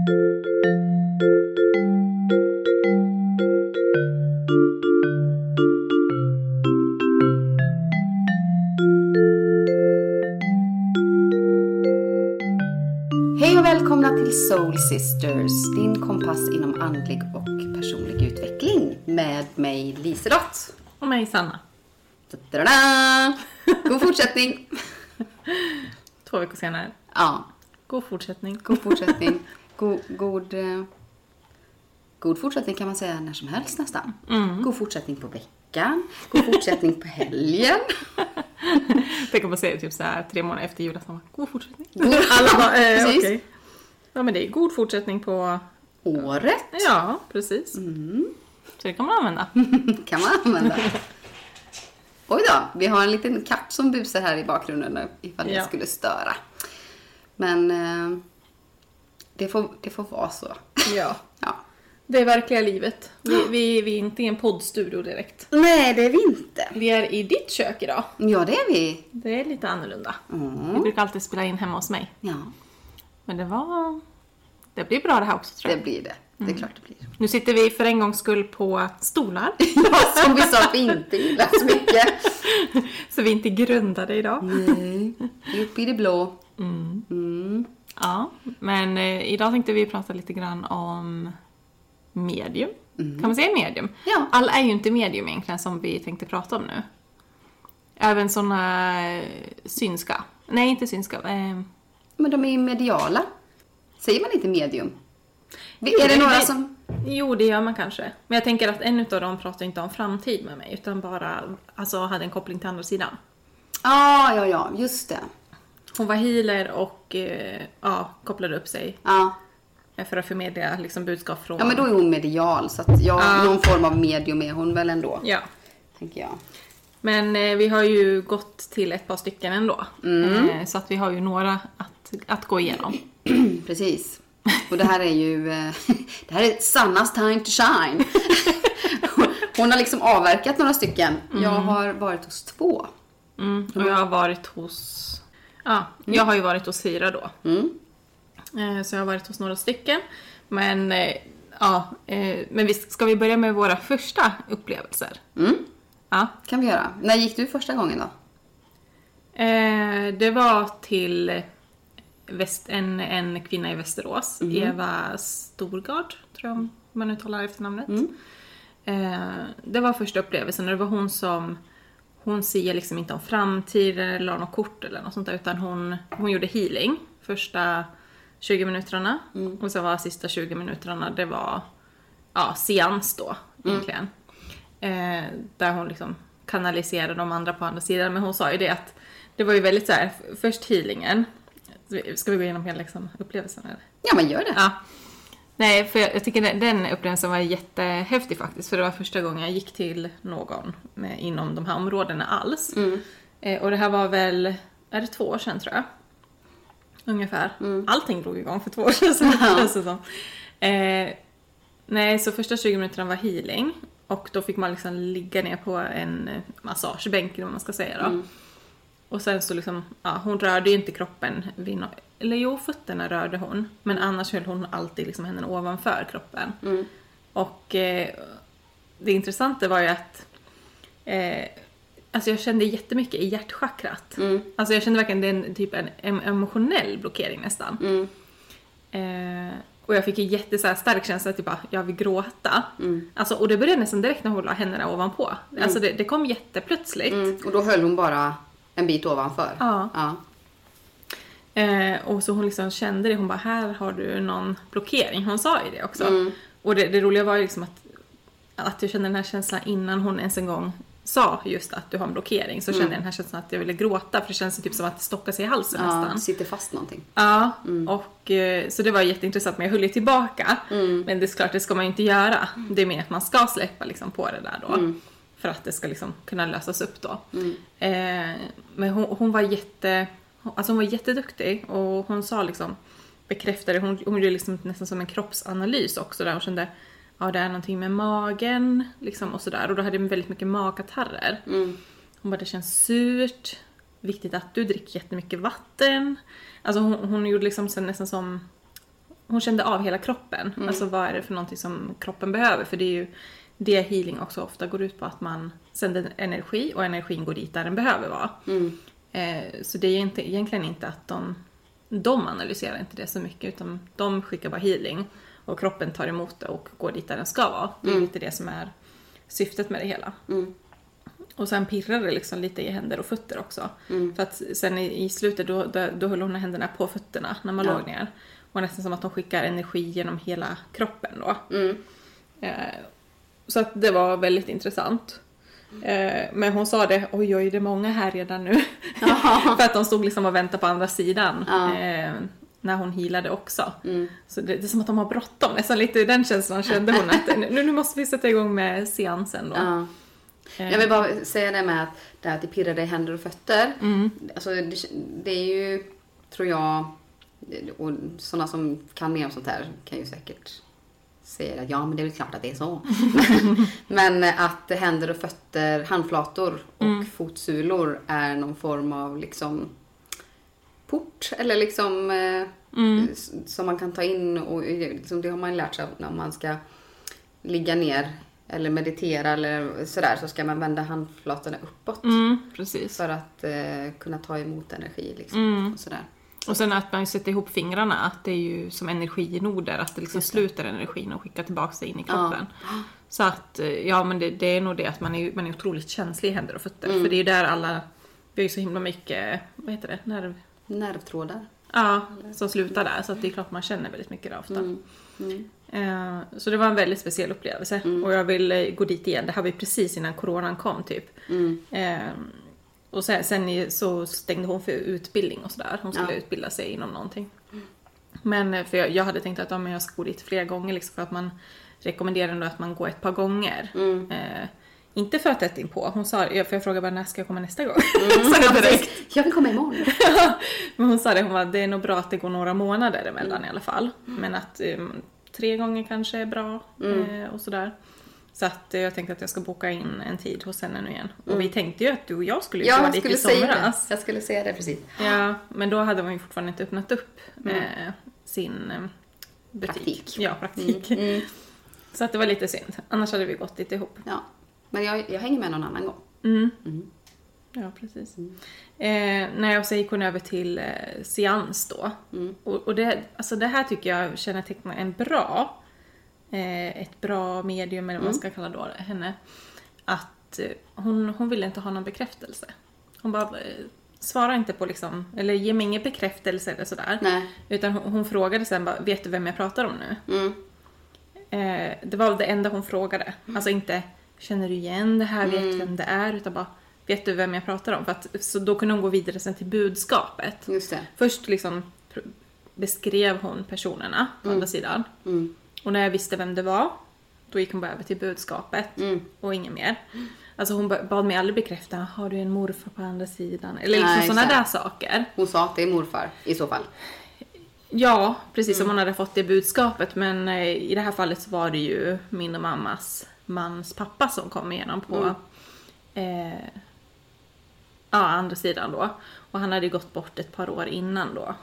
Hej och välkomna till Soul Sisters, din kompass inom andlig och personlig utveckling. Med mig Liselott. Och mig Sanna. Ta-da! God fortsättning. 2 veckor senare. Ja. God fortsättning. God fortsättning. God fortsättning kan man säga när som helst nästan. God fortsättning på veckan. God fortsättning på helgen. Tänk om man säger typ så här 3 månader efter julafton. God fortsättning. Alla bara, precis. Okay. Ja, men det är god fortsättning på året. Ja, precis. Så det kan man använda. Kan man använda. Oj då, vi har en liten katt som busar här i bakgrunden ifall det skulle störa. Men det får vara så. Ja. Ja. Det är verkliga livet. Vi är inte i en poddstudio direkt. Nej, det är vi inte. Vi är i ditt kök idag. Ja, det är vi. Det är lite annorlunda. Vi brukar alltid spela in hemma hos mig. Ja. Men det blir bra det här också, tror jag. Det blir det. Det är klart det blir. Nu sitter vi för en gångs skull på stolar. Ja, som vi sa att vi inte gillar så mycket. Så vi är inte grundade idag. Nej, uppe i det blå. Ja, men idag tänkte vi prata lite grann om medium. Kan man säga medium? Ja. Alla är ju inte medium egentligen som vi tänkte prata om nu. Även såna synska. Nej, inte synska. Men de är ju mediala. Säger man inte medium? Är det några som... Jo, det gör man kanske. Men jag tänker att en av dem pratar inte om framtid med mig. Utan bara hade en koppling till andra sidan. Ja, just det. Hon var healer och kopplade upp sig. Ja. För att förmedla liksom budskap från... Ja, men då är hon medial. Så att någon form av medium är hon väl ändå. Ja. Tänker jag. Men vi har ju gått till ett par stycken ändå. Så att vi har ju några att gå igenom. Precis. Och det här är ju... det här är Sannas time to shine. Hon har liksom avverkat några stycken. Jag har varit hos 2. Och jag har varit hos... Ja, jag har ju varit hos 4 då. Så jag har varit hos några stycken. Men men ska vi börja med våra första upplevelser? Ja. Kan vi göra. När gick du första gången då? Det var till en kvinna i Västerås. Eva Storgard, tror jag man uttalar efternamnet. Det var första upplevelsen. Det var hon som... Hon säger liksom inte om framtiden eller något kort eller något sånt där. Utan hon gjorde healing första 20 minuterna. Och sen var sista 20 minuterna, det var seans då egentligen. Där hon liksom kanaliserade de andra på andra sidan. Men hon sa ju det att det var ju väldigt så här, först healingen. Ska vi gå igenom hela liksom upplevelsen eller? Ja, men gör det. Ja. Nej, för jag tycker den upplevelsen var jättehäftig faktiskt. För det var första gången jag gick till någon inom de här områdena alls. Och det här var väl, är det 2 år sedan tror jag? Ungefär. Allting drog igång för 2 år sedan. Nej, så första 20 minuterna var healing. Och då fick man liksom ligga ner på en massagebänk, eller vad man ska säga då. Och sen så liksom, hon rörde ju inte kroppen fötterna rörde hon. Men annars höll hon alltid liksom henne ovanför kroppen. Och det intressanta var ju att jag kände jättemycket i hjärtchakrat. Alltså jag kände verkligen en emotionell blockering nästan. Och jag fick en stark känsla att jag vill gråta. Alltså, och det började nästan direkt när hon la händerna ovanpå. Alltså det kom jätteplötsligt. Och då höll hon bara en bit ovanför. Ja. Och så hon liksom kände det. Hon bara, här har du någon blockering. Hon sa ju det också. Och det roliga var ju liksom att jag kände den här känslan innan hon ens en gång sa just att du har en blockering. Så kände jag den här känslan att jag ville gråta. För det känns typ som att det stockar sig i halsen nästan. Det sitter fast någonting. Ja, och så det var jätteintressant. Men jag höll ju tillbaka. Men det är klart, det ska man ju inte göra. Det är mer att man ska släppa liksom på det där då. För att det ska liksom kunna lösas upp då. Men hon var hon var jätteduktig. Och hon sa liksom, bekräftade, hon gjorde liksom nästan som en kroppsanalys också. Där hon kände, det är någonting med magen liksom, och sådär. Och då hade hon väldigt mycket magkatarrer. Hon bara, det känns surt. Viktigt att du dricker jättemycket vatten. Alltså hon gjorde liksom nästan som hon kände av hela kroppen. Alltså vad är det för någonting som kroppen behöver? För det är ju det healing också ofta går ut på, att man sänder energi och energin går dit där den behöver vara. Så det är egentligen inte att de analyserar inte det så mycket, utan de skickar bara healing och kroppen tar emot det och går dit där den ska vara. Det är lite det som är syftet med det hela. Och sen pirrar det liksom lite i händer och fötter också. För att sen i slutet då höll hon händerna på fötterna när man låg ner. Och nästan som att de skickar energi genom hela kroppen då. Så att det var väldigt intressant. Men hon sa det, oj det är många här redan nu. För att de stod liksom och väntade på andra sidan. När hon healade också. Så det är som att de har bråttom. Nästan lite den känslan kände hon. Att nu måste vi sätta igång med seansen då. Jag vill bara säga det med att det pirrade i händer och fötter. Alltså det är ju, tror jag, och sådana som kan mer om sånt här kan ju säkert säga att ja, men det är väl klart att det är så. Men att händer och fötter, handflator och fotsulor är någon form av liksom port eller liksom som man kan ta in, och liksom, det har man lärt sig när man ska ligga ner eller meditera eller sådär, så ska man vända handflatorna uppåt. Precis. För att kunna ta emot energi liksom, och sådär. Och sen att man sätter ihop fingrarna, att det är ju som energinoder, att det liksom sluter energin och skickar tillbaka sig in i kroppen. Så att, ja men det är nog det att man är otroligt känslig i händer och fötter. För det är ju där alla, vi har ju så himla mycket, vad heter det? Nervtrådar. Ja, som slutar där. Så att det är klart man känner väldigt mycket där ofta. Så det var en väldigt speciell upplevelse. Och jag vill gå dit igen. Det här var ju precis innan coronan kom typ. Och sen så stängde hon för utbildning och sådär. Hon skulle utbilda sig inom någonting. Men för jag hade tänkt att jag ska gå dit fler gånger. Liksom, för att man rekommenderar ändå att man går ett par gånger. Inte för att tätt in på. Hon sa, för jag frågade bara när ska jag komma nästa gång. Så direkt. Jag vill komma imorgon. Men hon sa det är nog bra att det går några månader emellan i alla fall. Men att 3 gånger kanske är bra och sådär. Så att jag tänkte att jag ska boka in en tid hos henne nu igen. Och vi tänkte ju att du och jag skulle gå dit i somras. Jag skulle säga det precis. Ja, men då hade man ju fortfarande inte öppnat upp sin butik. Praktik. Ja, praktik. Så att det var lite synd. Annars hade vi gått dit ihop. Ja, men jag hänger med någon annan gång. Ja, precis. När jag så gick hon över till seans då. Och det här tycker jag kännetecknar ett bra medium, eller vad man ska kalla då henne. Att hon ville inte ha någon bekräftelse. Hon bara svarar inte på liksom, eller ger mig ingen bekräftelse eller sådär. Nej. Utan hon frågade sen bara, vet du vem jag pratar om nu? Det var det enda hon frågade. Alltså inte, känner du igen det här, vet vem det är, utan bara, vet du vem jag pratar om? För att, så då kunde hon gå vidare sen till budskapet. Just det. Först liksom beskrev hon personerna på andra sidan. Och när jag visste vem det var, då gick hon bara över till budskapet och inget mer. Alltså hon bad mig aldrig bekräfta, har du en morfar på andra sidan? Eller liksom sådana där saker. Hon sa att det är morfar i så fall. Ja, precis som hon hade fått det budskapet. Men i det här fallet så var det ju min och mammas mans pappa som kom igenom på andra sidan då. Och han hade gått bort ett par år innan då.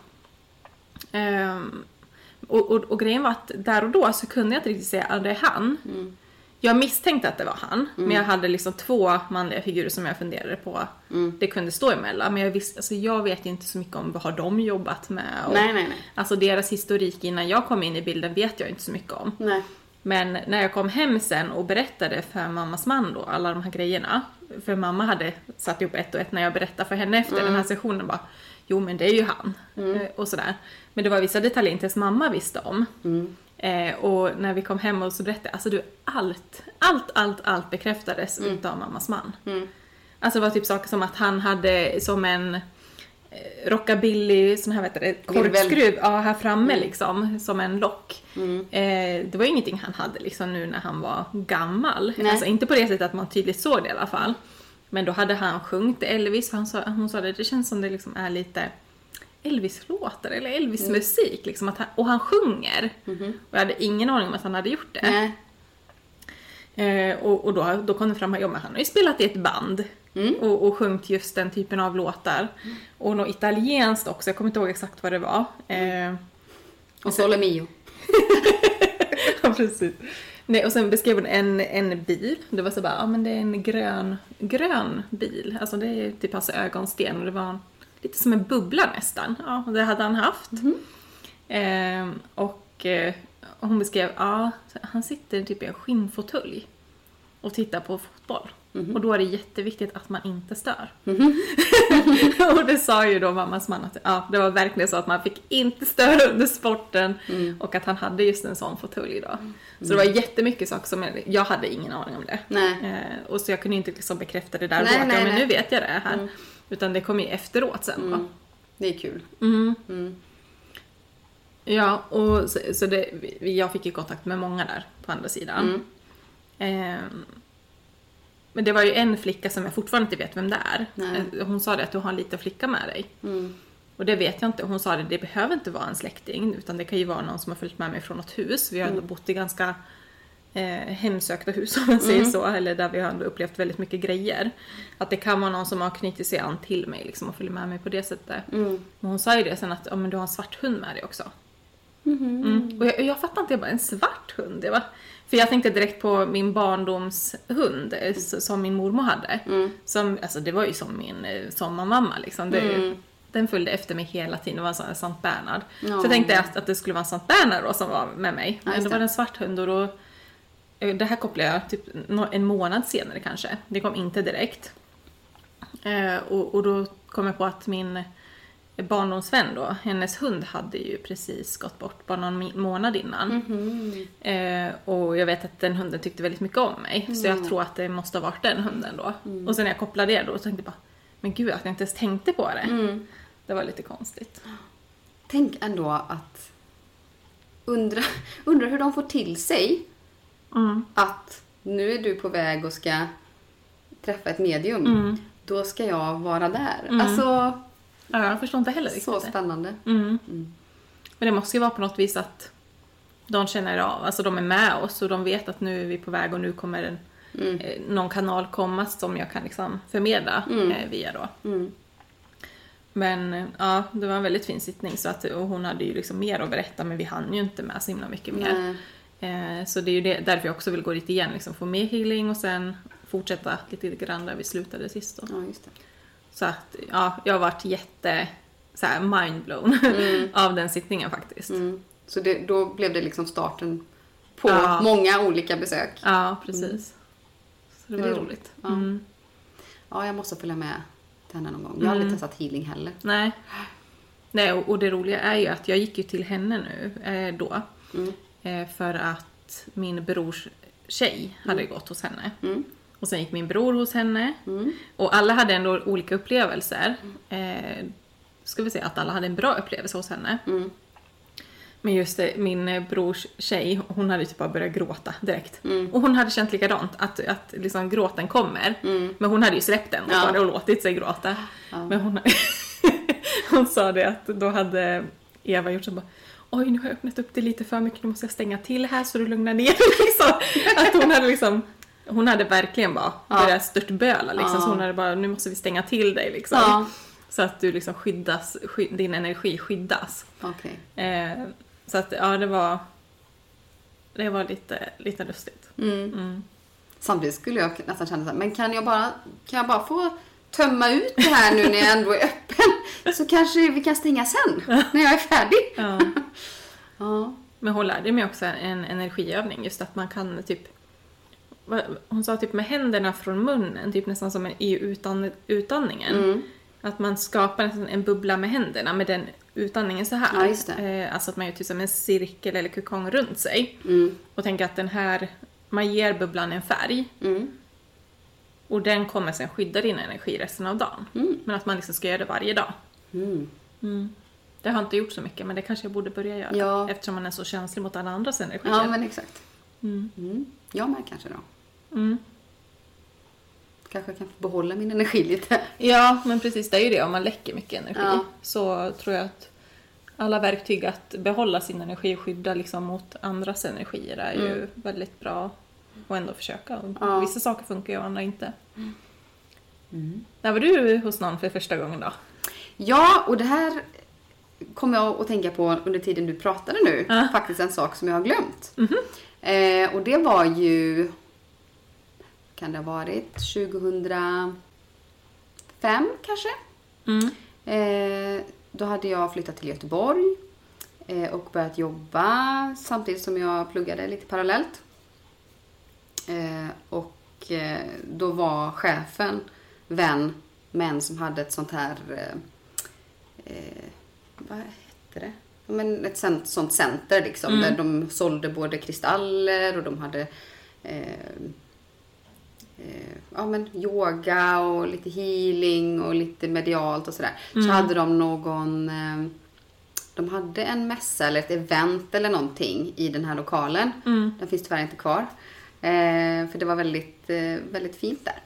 Och grejen var att där och då så kunde jag inte riktigt säga att det är han. Jag misstänkte att det var han. Men jag hade liksom 2 manliga figurer som jag funderade på. Det kunde stå emellan. Men jag vet ju inte så mycket om vad har de jobbat med. Och, nej. Alltså deras historik innan jag kom in i bilden vet jag inte så mycket om. Nej. Men när jag kom hem sen och berättade för mammas man då, alla de här grejerna. För mamma hade satt ihop ett och ett när jag berättade för henne efter den här sessionen. Bara, jo men det är ju han. Och sådär. Men det var vissa detaljer inte ens mamma visste om. Och när vi kom hem och så berättade, alltså allt bekräftades utav mammas man. Alltså det var typ saker som att han hade som en rockabilly, sån här, vet du, korkskruv här framme liksom, som en lock. Det var ingenting han hade liksom nu när han var gammal. Alltså inte på det sättet att man tydligt såg det i alla fall. Men då hade han sjungit Elvis, för hon sa det känns som det liksom är lite Elvis-låtar eller Elvis-musik liksom, och han sjunger. Och jag hade ingen aning om att han hade gjort det. Och då kom det fram att han har ju spelat i ett band och sjungit just den typen av låtar. Och något italienskt också, jag kommer inte ihåg exakt vad det var. Och Sole Mio. Ja, precis. Nej, och sen beskrev hon en bil. Det var så bara, ja men det är en grön bil. Alltså det är typ alltså ögonsten och det var lite som en bubbla nästan. Ja, det hade han haft. Och hon beskrev, ja, han sitter typ i en skinnfåtölj och tittar på fotboll. Och då är det jätteviktigt att man inte stör. Och det sa ju då mammas man att ja, det var verkligen så att man fick inte störa under sporten. Och att han hade just en sån fåtölj då. Så det var jättemycket saker som jag hade ingen aning om det. Och så jag kunde inte liksom bekräfta det där då. Men nu vet jag det här. Utan det kom ju efteråt sen då. Det är kul. Ja, och så det, jag fick ju kontakt med många där på andra sidan. Men det var ju en flicka som jag fortfarande inte vet vem det är. Hon sa det att du har en liten flicka med dig. Och det vet jag inte. Hon sa det behöver inte vara en släkting. Utan det kan ju vara någon som har följt med mig från något hus. Vi har ändå bott i ganska hemsökta hus om man säger så. Eller där vi har ändå upplevt väldigt mycket grejer. Att det kan vara någon som har knutit sig an till mig liksom, och följer med mig på det sättet. Men hon sa ju det sen att ja, men du har en svart hund med dig också. Och jag fattar inte, jag bara en svart hund. Det var... För jag tänkte direkt på min barndomshund som min mormor hade. Som, alltså det var ju som min sommarmamma liksom. Den följde efter mig hela tiden. Det var en sån Sant Bernard. Så jag tänkte att det skulle vara en Sant Bernard då som var med mig. Men det var en svart hund och då... Det här kopplade jag typ en månad senare kanske. Det kom inte direkt. Och då kom jag på att min barndomsvän då, hennes hund hade ju precis gått bort bara någon månad innan. Och jag vet att den hunden tyckte väldigt mycket om mig. Så jag tror att det måste ha varit den hunden då. Och sen när jag kopplade det då så tänkte jag bara, men gud att jag inte ens tänkte på det. Det var lite konstigt. Tänk ändå att undra hur de får till sig att nu är du på väg och ska träffa ett medium. Då ska jag vara där. Alltså... Ja, jag förstår inte heller riktigt. Så spännande. Men det måste ju vara på något vis att de känner av, alltså de är med oss och de vet att nu är vi på väg och nu kommer någon kanal komma som jag kan liksom förmedla via då. Men ja, det var en väldigt fin sittning så att, och hon hade ju liksom mer att berätta men vi hann ju inte med så himla mycket mer. Så det är ju därför jag också vill gå dit igen, liksom få mer healing och sen fortsätta lite grann där vi slutade sist då. Ja, just det. Så att ja, jag har varit jätte så här mindblown av den sittningen faktiskt. Så då blev det liksom starten på många olika besök. Ja, precis. Så det var roligt. Ja, jag måste följa med till henne någon gång. Jag har aldrig testat healing heller. Nej, och det roliga är ju att jag gick ju till henne nu då. För att min brors tjej hade gått hos henne. Och sen gick min bror hos henne. Och alla hade ändå olika upplevelser. Ska vi säga att alla hade en bra upplevelse hos henne. Men just det, min brors tjej, hon hade typ bara börjat gråta direkt. Och hon hade känt likadant, att liksom gråten kommer. Men hon hade ju släppt den och låtit sig gråta. Men hon sa det att då hade Eva gjort så bara, oj nu har jag öppnat upp det lite för mycket, nu måste jag stänga till här så du lugnar ner liksom. Att hon hade liksom... Hon hade verkligen bara börjat störtböla liksom. Så hon hade bara, nu måste vi stänga till dig liksom. Så att du liksom skyddas, din energi skyddas. Så att ja, det var lite lustigt. Samtidigt skulle jag nästan känna så här, men kan jag bara få tömma ut det här nu när jag ändå är öppen, så kanske vi kan stänga sen när jag är färdig. Men hon lärde mig också en energiövning, just att man kan typ, hon sa typ med händerna från munnen, typ nästan som i utandningen. Att man skapar en bubbla med händerna med den utandningen så här. Alltså att man gör typ som en cirkel eller kokong runt sig. Och tänker att den här, man ger bubblan en färg. Och den kommer sen skydda din energi resten av dagen. Men att man liksom ska göra det varje dag. Det har inte gjort så mycket, men det kanske jag borde börja göra. Eftersom man är så känslig mot alla andras energi. Ja, men exakt. Jag med kanske då. Kanske kan få behålla min energi lite. Ja, men precis, det är ju det. Om man läcker mycket energi så tror jag att alla verktyg att behålla sin energi och skydda liksom mot andras energier är ju väldigt bra att ändå försöka. Vissa saker funkar ju och andra inte. När var du hos någon för första gången då? Ja, och det här kommer jag att tänka på under tiden du pratade nu. Faktiskt en sak som jag har glömt. Och det var ju, kan det ha varit 2005 kanske? Då hade jag flyttat till Göteborg och börjat jobba samtidigt som jag pluggade lite parallellt. Och då var chefen vän med en som hade ett sånt här, vad hette det? Men ett sånt center liksom, där de sålde både kristaller och de hade yoga och lite healing och lite medialt och sådär. Så hade de någon, de hade en mässa eller ett event eller någonting i den här lokalen. Den finns tyvärr inte kvar. För det var väldigt, väldigt fint där.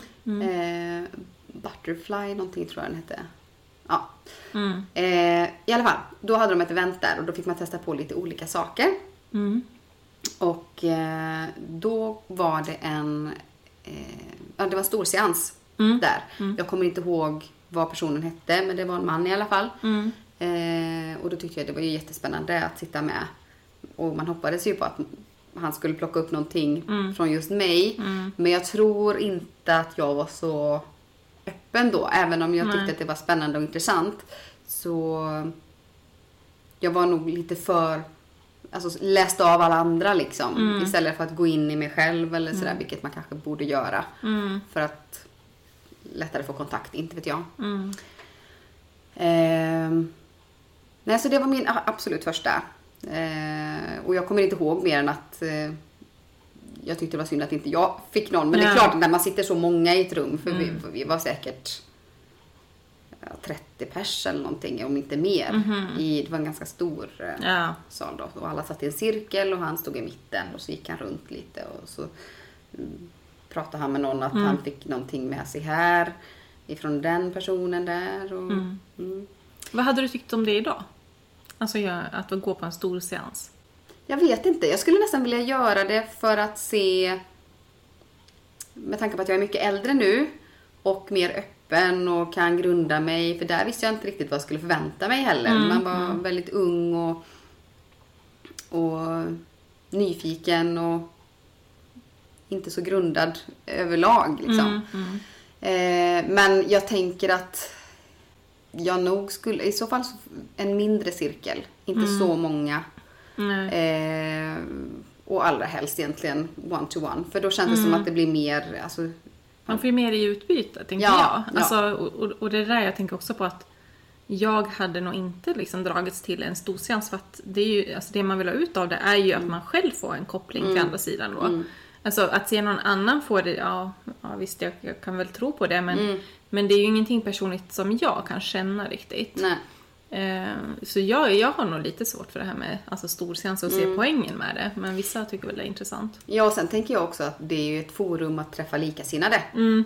Butterfly någonting tror jag den hette. Ja. I alla fall, då hade de ett event där och då fick man testa på lite olika saker. Och då var det det var en stor seans där. Jag kommer inte ihåg vad personen hette, men det var en man i alla fall. Och då tyckte jag det var ju jättespännande att sitta med. Och man hoppades ju på att han skulle plocka upp någonting från just mig. Men jag tror inte att jag var så öppen då. Även om jag tyckte att det var spännande och intressant. Så jag var nog lite för, alltså läste av alla andra liksom. Istället för att gå in i mig själv eller sådär. Vilket man kanske borde göra. För att lättare få kontakt, inte vet jag. Nej, så det var min absolut första. Och jag kommer inte ihåg mer än att jag tyckte det var synd att inte jag fick någon. Men det är klart, när man sitter så många i ett rum, för vi var säkert 30 pers eller någonting, om inte mer. Det var en ganska stor sal då. Och alla satt i en cirkel och han stod i mitten och så gick han runt lite och så pratade han med någon att han fick någonting med sig här ifrån den personen där. Och, Vad hade du tyckt om det idag? Alltså att gå på en stor seans? Jag vet inte. Jag skulle nästan vilja göra det för att se, med tanke på att jag är mycket äldre nu och mer öppen och kan grunda mig. För där visste jag inte riktigt vad jag skulle förvänta mig heller. Man var väldigt ung och nyfiken och inte så grundad överlag. Liksom. Men jag tänker att jag nog skulle, i så fall en mindre cirkel. Inte så många. Och allra helst egentligen one-to-one. För då känns det som att det blir mer, alltså, man får ju mer i utbyte, tänker jag. Alltså, och det är där jag tänker också på att jag hade nog inte liksom dragits till en stor seans. För att det är ju, alltså det man vill ha ut av det är ju att man själv får en koppling till andra sidan då. Alltså att se någon annan få det, ja visst jag kan väl tro på det. Men det är ju ingenting personligt som jag kan känna riktigt. Nej. Så jag har nog lite svårt för det här med alltså storseans och se poängen med det. Men vissa tycker väl det är intressant. Ja, och sen tänker jag också att det är ju ett forum att träffa likasinnade.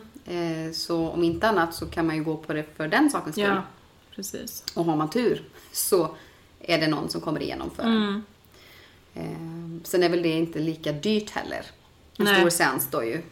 Så om inte annat så kan man ju gå på det för den sakens skull. Ja, precis. Och har man tur så är det någon som kommer igenom för en. Sen är väl det inte lika dyrt heller. En stor seans då ju.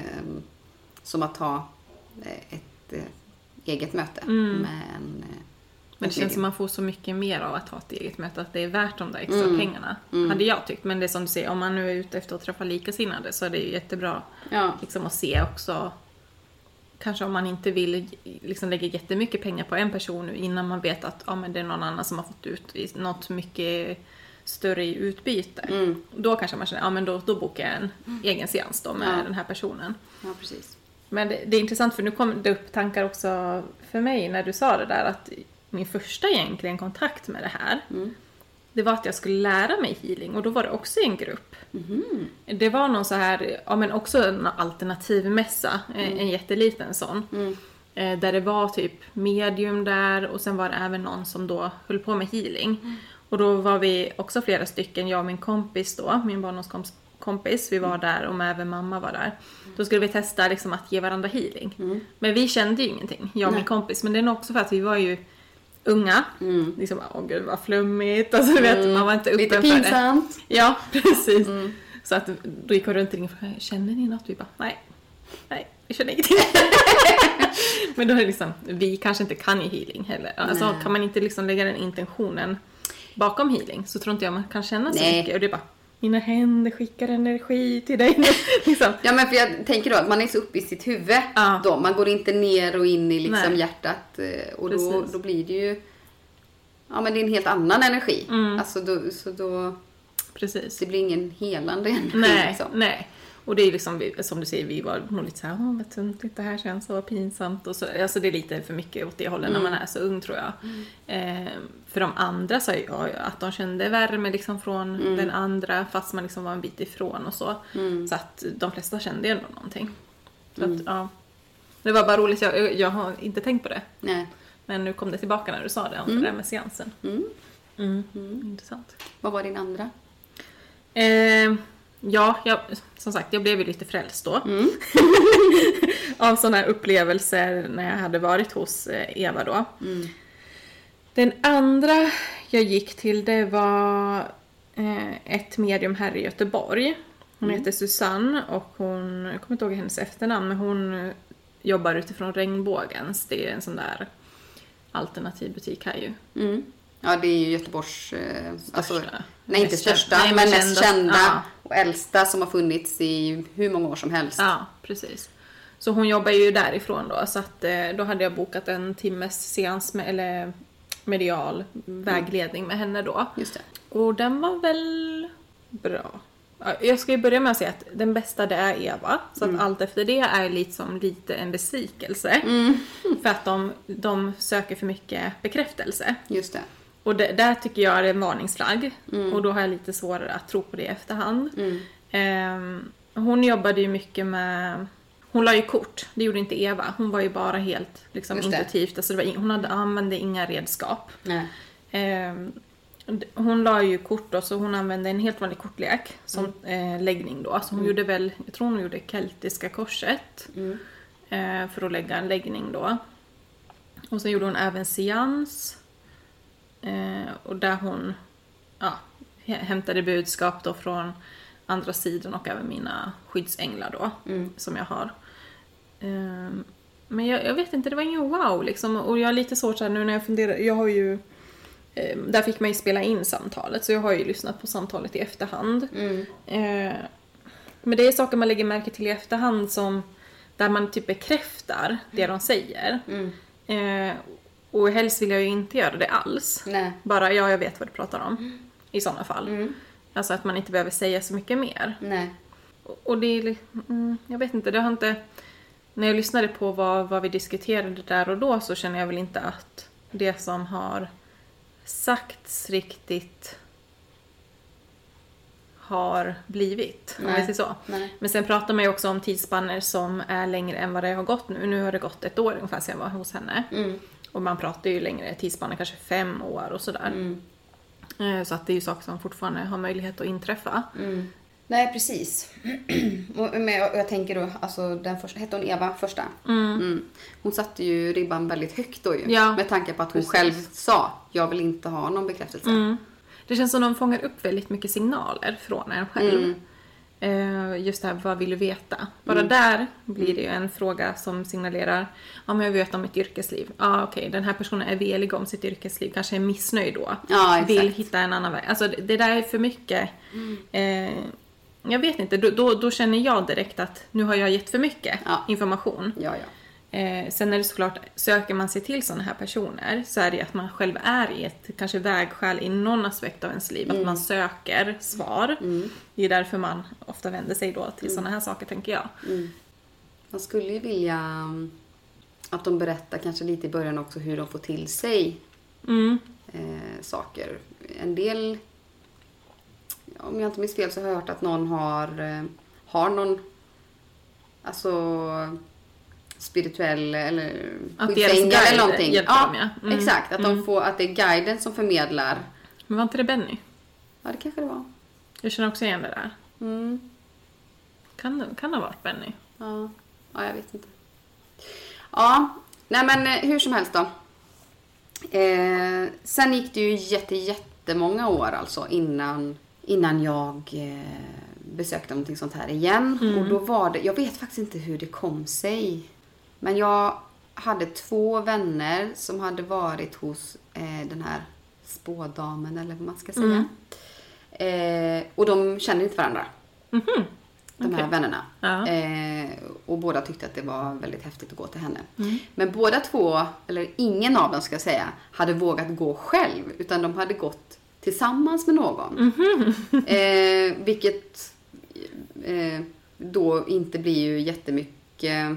Som att ha ett eget möte med en. Men det känns som man får så mycket mer av att ha ett eget möte, att det är värt de där extra pengarna. Hade jag tyckt. Men det är som du säger, om man nu är ute efter att träffa likasinnade så är det ju jättebra liksom, att se också. Kanske om man inte vill liksom, lägga jättemycket pengar på en person nu innan man vet att men det är någon annan som har fått ut något mycket större i utbyte. Då kanske man känner, men då bokar jag en egen seans då med den här personen. Ja, precis. Men det är intressant, för nu kom det upp tankar också för mig när du sa det där, att min första egentligen kontakt med det här, det var att jag skulle lära mig healing, och då var det också i en grupp. Det var någon så här, men också en alternativ mässa, en jätteliten sån. Där det var typ medium där, och sen var det även någon som då höll på med healing. Och då var vi också flera stycken, jag och min kompis då, min barndomskompis, vi var där, och även mamma var där. Då skulle vi testa liksom att ge varandra healing. Men vi kände ju ingenting, jag och min kompis. Men det är nog också för att vi var ju unga. Liksom, gud vad flummigt. Alltså, du vet, man var inte uppe lite pinsamt. För det. Ja, precis. Så att då gick vi runt och ringde, känner ni något? Vi bara, nej, vi känner ingenting. Men då är det liksom, vi kanske inte kan ju healing heller. Alltså kan man inte liksom lägga den intentionen bakom healing, så tror inte jag man kan känna så mycket. Och det är bara, mina händer skickar energi till dig. Liksom. Ja, men för jag tänker då att man är så uppe i sitt huvud då. Man går inte ner och in i liksom hjärtat. Och då blir det ju... Ja, men det är en helt annan energi. Alltså då... Precis. Det blir ingen helande energi. Nej. Och det är liksom, som du säger, vi var nog lite såhär, vad tungt det här känns, så pinsamt. Och så, alltså det är lite för mycket åt det hållet när man är så ung, tror jag. För de andra sa ju att de kände värme liksom från den andra, fast man liksom var en bit ifrån och så. Så att de flesta kände ändå någonting. Så att, ja. Det var bara roligt, jag har inte tänkt på det. Nej. Men nu kom det tillbaka när du sa det, om det där med seansen. Intressant. Vad var din andra? Som sagt, jag blev ju lite frälst då. Av sådana här upplevelser när jag hade varit hos Eva då. Den andra jag gick till, det var ett medium här i Göteborg. Hon heter Susanne och hon, jag kommer inte ihåg hennes efternamn, men hon jobbar utifrån Regnbågens. Det är en sån där alternativ butik här ju. Ja, det är ju Göteborgs... nej, inte största, men mest kända och äldsta som har funnits i hur många år som helst. Ja, precis. Så hon jobbar ju därifrån då. Så att, då hade jag bokat en timmes seans eller medial vägledning med henne då. Just det. Och den var väl bra. Jag ska ju börja med att säga att den bästa, det är Eva. Så att allt efter det är liksom lite en besvikelse. För att de söker för mycket bekräftelse. Just det. Och där tycker jag är en varningsflagg. Och då har jag lite svårare att tro på det i efterhand. Hon jobbade ju mycket med... Hon la ju kort. Det gjorde inte Eva. Hon var ju bara helt liksom, intuitivt. Alltså, hon använde inga redskap. Hon la ju kort då, så hon använde en helt vanlig kortlek som läggning då. Så hon gjorde väl, jag tror hon gjorde keltiska korset för att lägga en läggning då. Och sen gjorde hon även seans. Och där hon hämtade budskap då från andra sidan och även mina skyddsänglar då som jag har. Men jag vet inte, det var ingen wow liksom. Och jag är lite svårt så här nu när jag funderar, jag har ju där fick man ju spela in samtalet, så jag har ju lyssnat på samtalet i efterhand. Men det är saker man lägger märke till i efterhand som där man typ bekräftar det de säger. Och helst vill jag ju inte göra det alls. Nej. Bara jag vet vad du pratar om. I sådana fall. Alltså att man inte behöver säga så mycket mer. Nej. Och det är jag vet inte, det har inte... När jag lyssnade på vad vi diskuterade där och då, så känner jag väl inte att det som har sagts riktigt har blivit. Om vi säger så. Nej. Men sen pratar man ju också om tidsspanner som är längre än vad det har gått nu. Nu har det gått 1 år ungefär sedan jag var hos henne. Och man pratar ju längre tidsspanner, kanske 5 år och sådär. Så att det är ju saker som fortfarande har möjlighet att inträffa. Nej, precis. Men jag tänker då, alltså den första, hette hon Eva första? Hon satte ju ribban väldigt högt då ju. Ja, med tanke på att hon själv sa, jag vill inte ha någon bekräftelse. Det känns som de fångar upp väldigt mycket signaler från en själv. Just det här, vad vill du veta? Bara där blir det ju en fråga som signalerar, ja, men jag vet om mitt yrkesliv. Ja, okej, den här personen är velig om sitt yrkesliv, kanske är missnöjd då. Ja, vill hitta en annan väg. Alltså det där är för mycket. Jag vet inte, då känner jag direkt att nu har jag gett för mycket information. Ja. Sen är det såklart, söker man sig till sådana här personer, så är det att man själv är i ett kanske vägskäl i någon aspekt av ens liv. Att man söker svar. Det är därför man ofta vänder sig då till sådana här saker, tänker jag. Man skulle ju vilja att de berättar kanske lite i början också hur de får till sig saker. En del, om jag inte minns fel, så har jag hört att någon har någon, alltså spirituell eller skyddsängel eller någonting. Exakt, att de får, att det är guiden som förmedlar. Men var inte det Benny? Ja, det kanske det var. Jag känner också igen det där. Kan ha varit Benny. Ja, jag vet inte. Ja, nej men hur som helst då. Sen gick det ju jättemånga år alltså innan jag besökte någonting sånt här igen. Och då var det, jag vet faktiskt inte hur det kom sig. Men jag hade 2 vänner som hade varit hos den här spådamen, eller vad man ska säga. Och de kände inte varandra. Mhm. De här vännerna. Ja. Och båda tyckte att det var väldigt häftigt att gå till henne. Men båda två, eller ingen av dem ska jag säga, hade vågat gå själv. Utan de hade gått tillsammans med någon. Vilket då inte blir ju jättemycket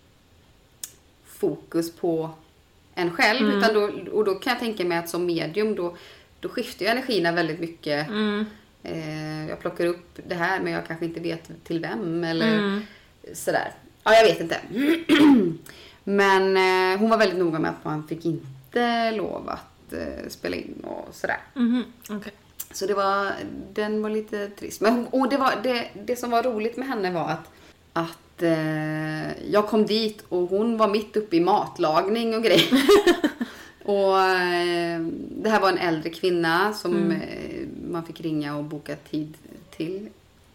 fokus på en själv. Utan då kan jag tänka mig att som medium då skiftar ju energierna väldigt mycket. Jag plockar upp det här men jag kanske inte vet till vem eller sådär. Ja, jag vet inte. Men hon var väldigt noga med att man fick inte lov att spela in och sådär. Okay. Så den var lite trist. Men det som var roligt med henne var att jag kom dit och hon var mitt uppe i matlagning och grejer. Och det här var en äldre kvinna som man fick ringa och boka tid till.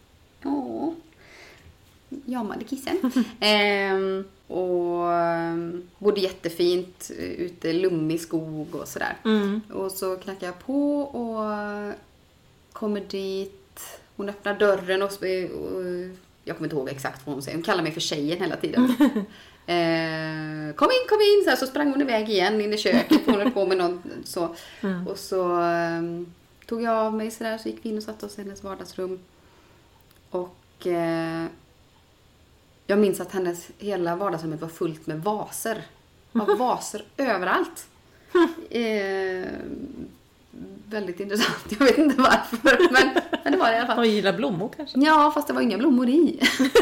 Jammade kissen. Och bodde jättefint ute, lummig skog och sådär. Och så knackade jag på och kommer dit. Hon öppnar dörren och jag kommer inte ihåg exakt vad hon säger. Hon kallar mig för tjejen hela tiden. Kom in, så sprang hon iväg igen in i köket. Hon höll på med något så. Och så tog jag av mig sådär, så gick vi in och satte oss i hennes vardagsrum. Och jag minns att hennes hela vardagsrummet var fullt med vaser. Det var vaser överallt. Väldigt intressant. Jag vet inte varför, men det var det i alla fall. Hon gillar blommor kanske? Ja, fast det var inga blommor i.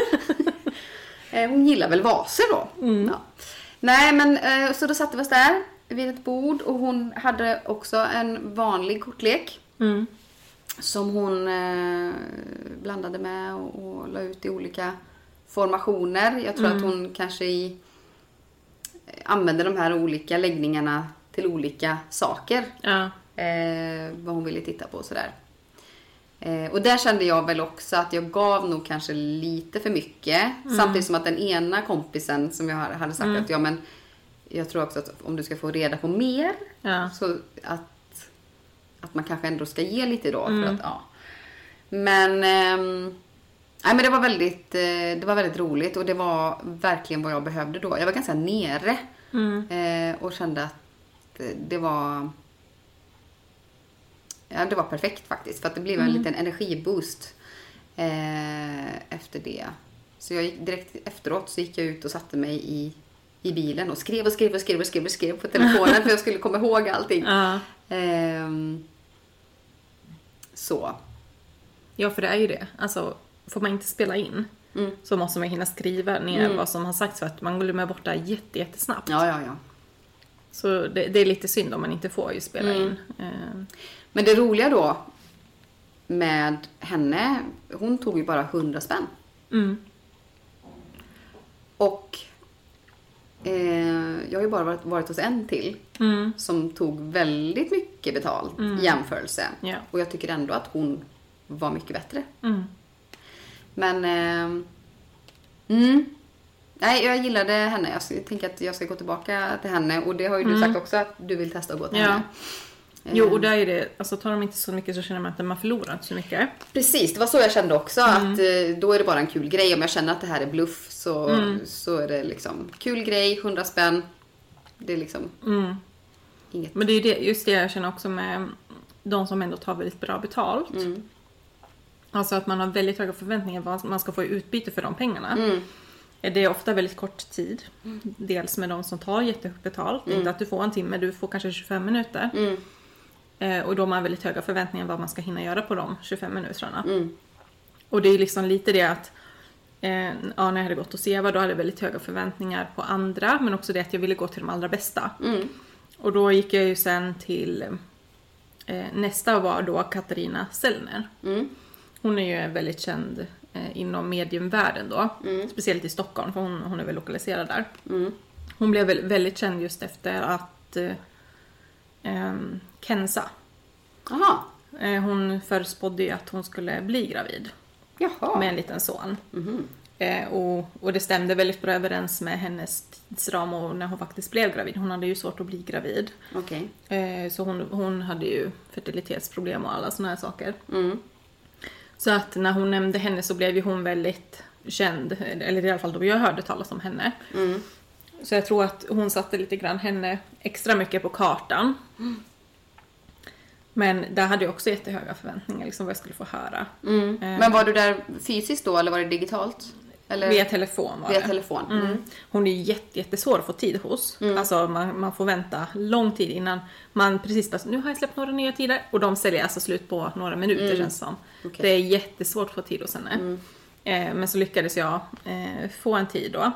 Hon gillar väl vaser då. Ja. Nej, men så då satte vi oss där vid ett bord och hon hade också en vanlig kortlek som hon blandade med och la ut i olika formationer. Jag tror att hon kanske använde de här olika läggningarna till olika saker. Ja. Vad hon ville titta på och sådär. Och där kände jag väl också att jag gav nog kanske lite för mycket. Samtidigt som att den ena kompisen som jag hade sagt att men jag tror också att om du ska få reda på mer så att man kanske ändå ska ge lite då. För att, Men men det var väldigt roligt och det var verkligen vad jag behövde då. Jag var ganska nere och kände att det var perfekt faktiskt. För att det blev en liten energiboost efter det. Så jag gick direkt efteråt så gick jag ut och satte mig i bilen och skrev på telefonen för jag skulle komma ihåg allting. Så. Ja, för det är ju det. Alltså, får man inte spela in så måste man hinna skriva ner vad som har sagts för att man glömmer bort det jättesnabbt. Ja. Så det är lite synd om man inte får ju spela in. Men det roliga då med henne, hon tog ju bara 100 spänn. Och jag har ju bara varit hos en till som tog väldigt mycket betalt i jämförelse. Yeah. Och jag tycker ändå att hon var mycket bättre. Men nej, jag gillade henne. Jag tänker att jag ska gå tillbaka till henne. Och det har ju du sagt också att du vill testa att gå till henne. Jo, och där är det, alltså tar de inte så mycket så känner man att man förlorar inte så mycket. Precis, det var så jag kände också. Att då är det bara en kul grej. Om jag känner att det här är bluff så är det liksom kul grej, 100 spänn. Det är liksom inget. Men det är just det jag känner också med de som ändå tar väldigt bra betalt. Alltså att man har väldigt höga förväntningar vad man ska få i utbyte för de pengarna. Det är ofta väldigt kort tid. Dels med de som tar jättehögt betalt. Inte att du får en timme, du får kanske 25 minuter. Och då har man väldigt höga förväntningar vad man ska hinna göra på de 25 minuterna. Och det är liksom lite det att när jag hade gått och Eva då hade jag väldigt höga förväntningar på andra. Men också det att jag ville gå till de allra bästa. Och då gick jag ju sen till nästa var då Katarina Sellner. Hon är ju väldigt känd inom mediumvärlden då. Speciellt i Stockholm för hon är väl lokaliserad där. Hon blev väldigt känd just efter att Kenza. Aha. Hon förspådde ju att hon skulle bli gravid. Jaha. Med en liten son. Och det stämde väldigt bra överens med hennes tidsram och när hon faktiskt blev gravid. Hon hade ju svårt att bli gravid. Okay. Så hon hade ju fertilitetsproblem och alla såna här saker. Så att när hon nämnde henne så blev ju hon väldigt känd, eller i alla fall då jag hörde talas om henne. Så jag tror att hon satte lite grann henne extra mycket på kartan. Men där hade jag också jättehöga förväntningar liksom vad jag skulle få höra. Men var du där fysiskt då eller var det digitalt? Eller? Via telefon var Via det. telefon. Hon är ju jättesvår att få tid hos. Alltså man får vänta lång tid innan man precis bara, nu har jag släppt några nya tider. Och de säljer alltså slut på några minuter känns som. Okay. Det är jättesvårt att få tid hos henne. Men så lyckades jag få en tid då.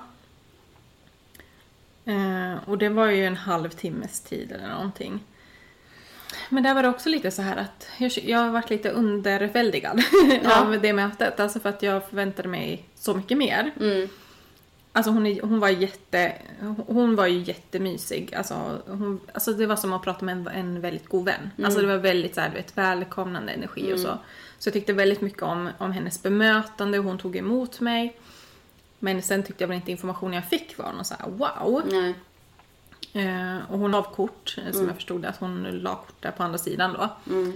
Och det var ju en halvtimmes tid eller någonting. Men där var det också lite så här att jag har varit lite underväldigad av det mötet. Alltså för att jag förväntade mig så mycket mer. Alltså hon var ju jättemysig. Alltså det var som att prata med en väldigt god vän. Alltså det var väldigt så här, välkomnande energi och så. Så jag tyckte väldigt mycket om hennes bemötande. Hon tog emot mig. Men sen tyckte jag väl inte informationen jag fick var någon så här wow. Nej. Och hon la kort, som jag förstod att hon la kort där på andra sidan då.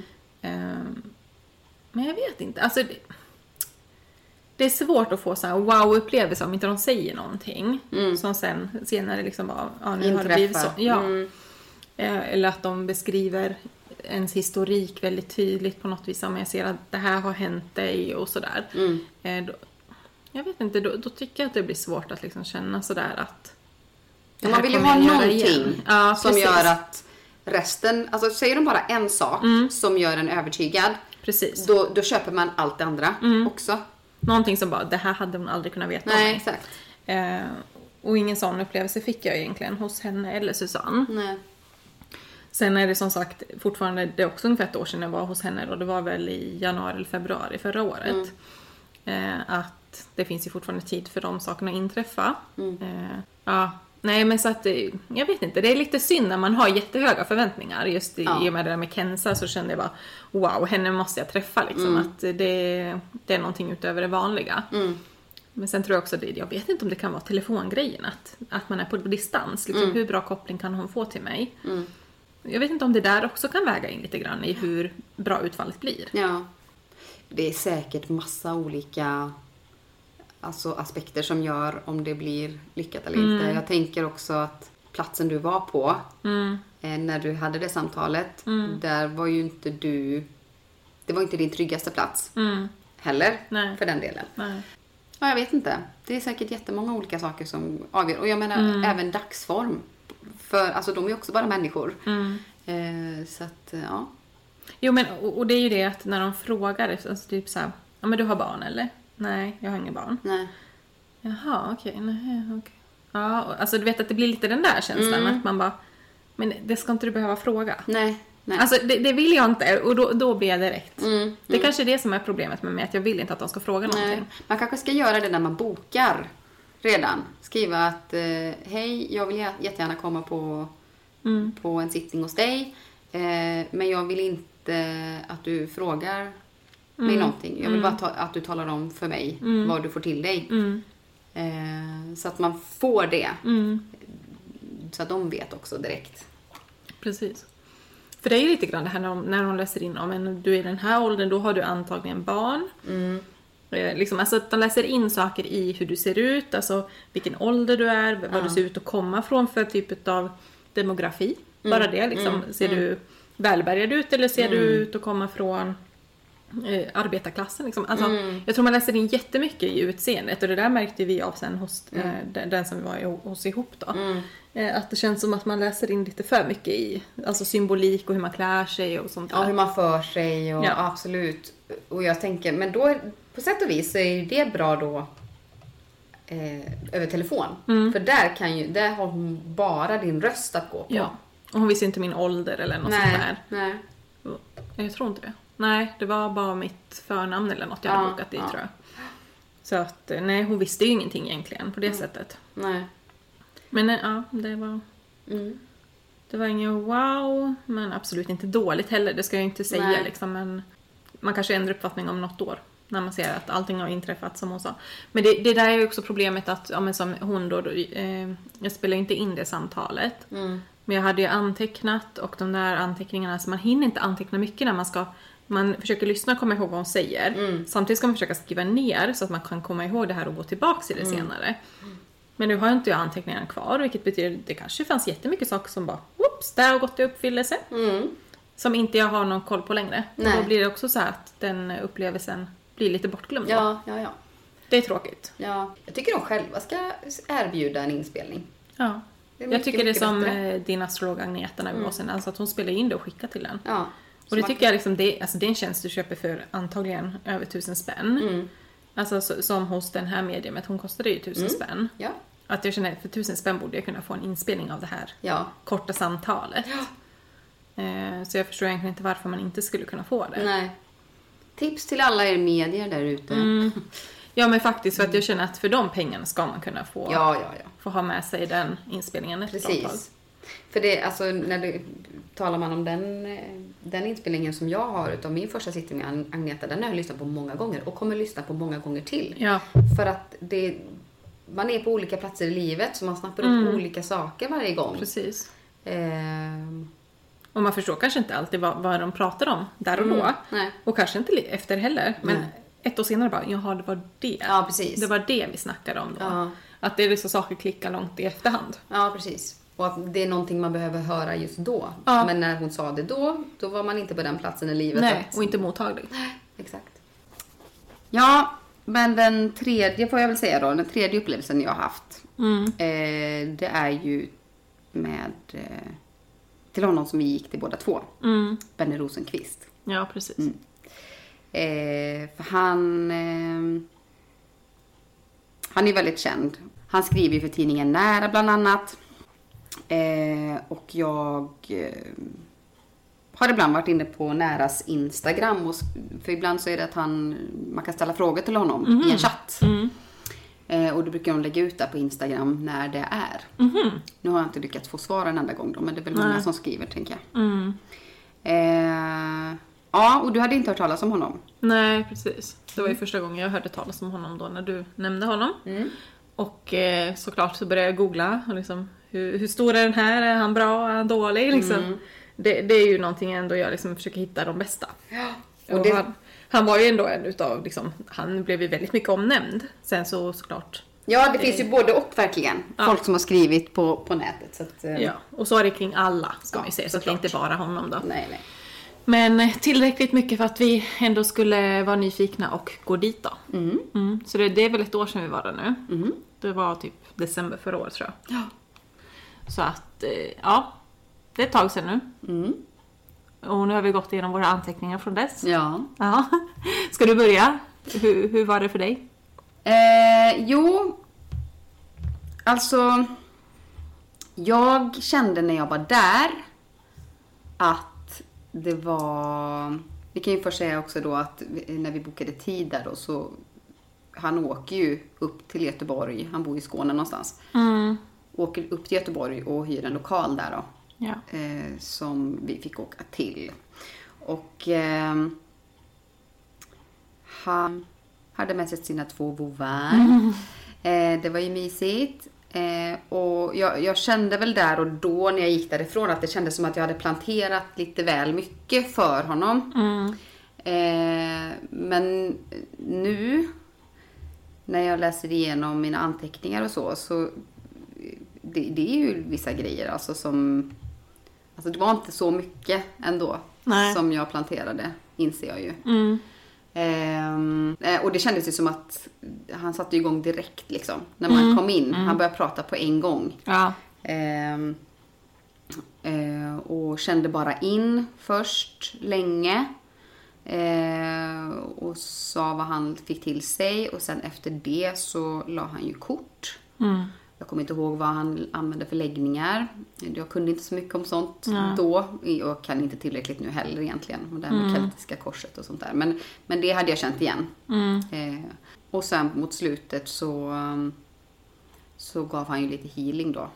Men jag vet inte, alltså det är svårt att få så här wow-upplevelse om inte de säger någonting. Som senare liksom bara, nu har det blivit så. Ja. Eller att de beskriver ens historik väldigt tydligt på något vis. Om jag ser att det här har hänt dig och sådär. Jag vet inte, då tycker jag att det blir svårt att liksom känna sådär att man vill ju ha någonting som gör att resten, alltså säger de bara en sak som gör en övertygad, precis. Då köper man allt det andra också. Någonting som bara, det här hade hon aldrig kunnat veta om mig. Exakt. Och ingen sån upplevelse fick jag egentligen hos henne eller Susanne. Nej. Sen är det som sagt fortfarande, det är också ungefär ett år sedan jag var hos henne och det var väl i januari eller februari förra året. Att det finns ju fortfarande tid för de sakerna att inträffa. Nej men så att, jag vet inte, det är lite synd när man har jättehöga förväntningar. Just i och med det där med Kenza så kände jag bara, wow, henne måste jag träffa liksom. Att det är någonting utöver det vanliga. Men sen tror jag också, jag vet inte om det kan vara telefongrejen, att man är på distans. Liksom, hur bra koppling kan hon få till mig? Jag vet inte om det där också kan väga in lite grann i hur bra utfallet blir. Ja, det är säkert massa olika aspekter som gör om det blir lyckat eller inte. Jag tänker också att platsen du var på när du hade det samtalet, där var ju inte det var inte din tryggaste plats heller. Nej. För den delen. Nej. Ja, jag vet inte. Det är säkert jättemånga olika saker som avgör. Och jag menar även dagsform. För alltså de är ju också bara människor. Så att, ja. Jo men, och det är ju det att när de frågar, alltså typ såhär, ja men du har barn eller? Nej, jag har inga barn. Nej. Jaha, okej. Ja, alltså du vet att det blir lite den där känslan att man bara, men det ska inte du behöva fråga. Nej. Alltså det vill jag inte och då blir jag direkt. Det är kanske det som är problemet med mig, att jag vill inte att de ska fråga någonting. Nej. Man kanske ska göra det när man bokar redan. Skriva att hej, jag vill jättegärna komma på en sittning hos dig. Men jag vill inte att du frågar mig någonting. Jag vill bara att du talar om för mig vad du får till dig. Så att man får det. Så att de vet också direkt. Precis. För det är ju lite grann det här när de läser in om du är i den här åldern, då har du antagligen barn. Liksom, alltså att de läser in saker i hur du ser ut, alltså vilken ålder du är, vad du ser ut att komma från för typ av demografi. Bara det liksom. Ser du välbärgad ut eller ser du ut att komma från arbetarklassen liksom. Alltså, jag tror man läser in jättemycket i utseendet, och det där märkte vi av sen hos den som vi var hos ihop då. Att det känns som att man läser in lite för mycket i alltså symbolik och hur man klär sig och sånt där. Ja, hur man för sig och absolut. Och jag tänker, men då på sätt och vis så är det bra då över telefon. För där har hon bara din röst att gå på. Ja. Och hon visste inte min ålder eller något sånt där. Nej. Jag tror inte det. Nej, det var bara mitt förnamn eller något jag hade bokat dit tror jag. Så att, nej, hon visste ju ingenting egentligen på det sättet. Nej. Men det var... Det var ingen wow, men absolut inte dåligt heller. Det ska jag inte säga liksom, men man kanske ändrar uppfattning om något år. När man ser att allting har inträffat som hon sa. Men det där är ju också problemet att, men som hon då jag spelar inte in det samtalet. Men jag hade ju antecknat, och de där anteckningarna, så man hinner inte anteckna mycket när man ska man försöker lyssna och komma ihåg vad hon säger. Samtidigt ska man försöka skriva ner så att man kan komma ihåg det här och gå tillbaka till det senare. Men nu har inte jag anteckningarna kvar, vilket betyder att det kanske fanns jättemycket saker som bara, whoops, där har gått i uppfyllelse. Som inte jag har någon koll på längre. Och då blir det också så här att den upplevelsen blir lite bortglömd. Ja. Det är tråkigt. Ja. Jag tycker de själva ska erbjuda en inspelning. Ja. Det är Jag tycker det är som bättre. din astrolog Agneta när vi var sen. Alltså att hon spelar in det och skickar till den. Ja. Och det tycker jag liksom, det är en tjänst du köper för antagligen över 1000 spänn. Alltså som hos den här mediumet, hon kostade ju 1000 spänn. Ja. Att jag känner för 1000 spänn borde jag kunna få en inspelning av det här korta samtalet. Ja. Så jag förstår egentligen inte varför man inte skulle kunna få det. Nej. Tips till alla er medier där ute. Ja, men faktiskt för att jag känner att för de pengarna ska man kunna få, få ha med sig den inspelningen ett bra tag. Precis. För det, alltså, talar man om den inspelningen som jag har utav min första sittning med Agneta, den har jag lyssnat på många gånger och kommer lyssna på många gånger till. Ja. För att man är på olika platser i livet så man snappar upp olika saker varje gång. Precis. Ehm, Och man förstår kanske inte alltid vad de pratar om där och då. nej. Och kanske inte efter heller. Men ett år senare bara, jaha, det var det. Ja, precis. Det var det vi snackade om då. Ja. Att det är liksom saker klickar långt i efterhand. Ja, precis. Och att det är någonting man behöver höra just då. Ja. Men när hon sa det då var man inte på den platsen i livet. Nej, och inte mottaglig. Exakt. Ja, men den tredje får jag väl säga då. Den tredje upplevelsen jag har haft. Det är ju med till honom som vi gick till båda två. Benny Rosenqvist. Ja, precis. För han är väldigt känd. Han skriver ju för tidningen Nära bland annat. Och jag har ibland varit inne på Näras Instagram. För ibland så är det att man kan ställa frågor till honom i en chatt. Och då brukar de lägga ut där på Instagram när det är. Nu har jag inte lyckats få svar en enda gång då, men det är väl många som skriver, tänker jag. Ja, och du hade inte hört talas om honom? Nej, precis. Det var ju första gången jag hörde talas om honom då när du nämnde honom. Och såklart så började jag googla. Och liksom, hur stor är den här? Är han bra? Är han dålig? Liksom. Det är ju någonting ändå jag liksom försöker hitta de bästa. Ja. Och han var ju ändå en utav, liksom, han blev ju väldigt mycket omnämnd. Sen såklart. Ja, det finns ju både och verkligen. Folk som har skrivit på nätet. Så att, ja, och så är det kring alla, ska man ju säga. Så att det inte bara honom då. Nej. Men tillräckligt mycket för att vi ändå skulle vara nyfikna och gå dit då. Så det är väl ett år sedan vi var där nu. Det var typ december förra året, tror jag. Ja. Så att, ja, det är ett tag sedan nu. Och nu har vi gått igenom våra anteckningar från dess. Ja. Ska du börja? Hur var det för dig? Jo, alltså jag kände när jag var där att det var, vi kan ju först säga också då att när vi bokade tid där då, så han åker ju upp till Göteborg, han bor i Skåne någonstans. Åker upp till Göteborg och hyr en lokal där då. Ja. Som vi fick åka till. Och han hade med sig sina 2 vovvar. Det var ju mysigt. Och jag kände väl där och då när jag gick därifrån att det kändes som att jag hade planterat lite väl mycket för honom. Men nu när jag läser igenom mina anteckningar och så det är ju vissa grejer alltså som, alltså det var inte så mycket ändå. Nej. Som jag planterade, inser jag ju. Och det kändes ju som att han satte igång direkt liksom. När man kom in. Han började prata på en gång. Ja. Och kände bara in först länge. Och sa vad han fick till sig. Och sen efter det så la han ju kort. Jag kommer inte ihåg vad han använde för läggningar. Jag kunde inte så mycket om sånt då. Och kan inte tillräckligt nu heller egentligen. Och det här med keltiska korset och sånt där. Men det hade jag känt igen. Och sen mot slutet så gav han ju lite healing då.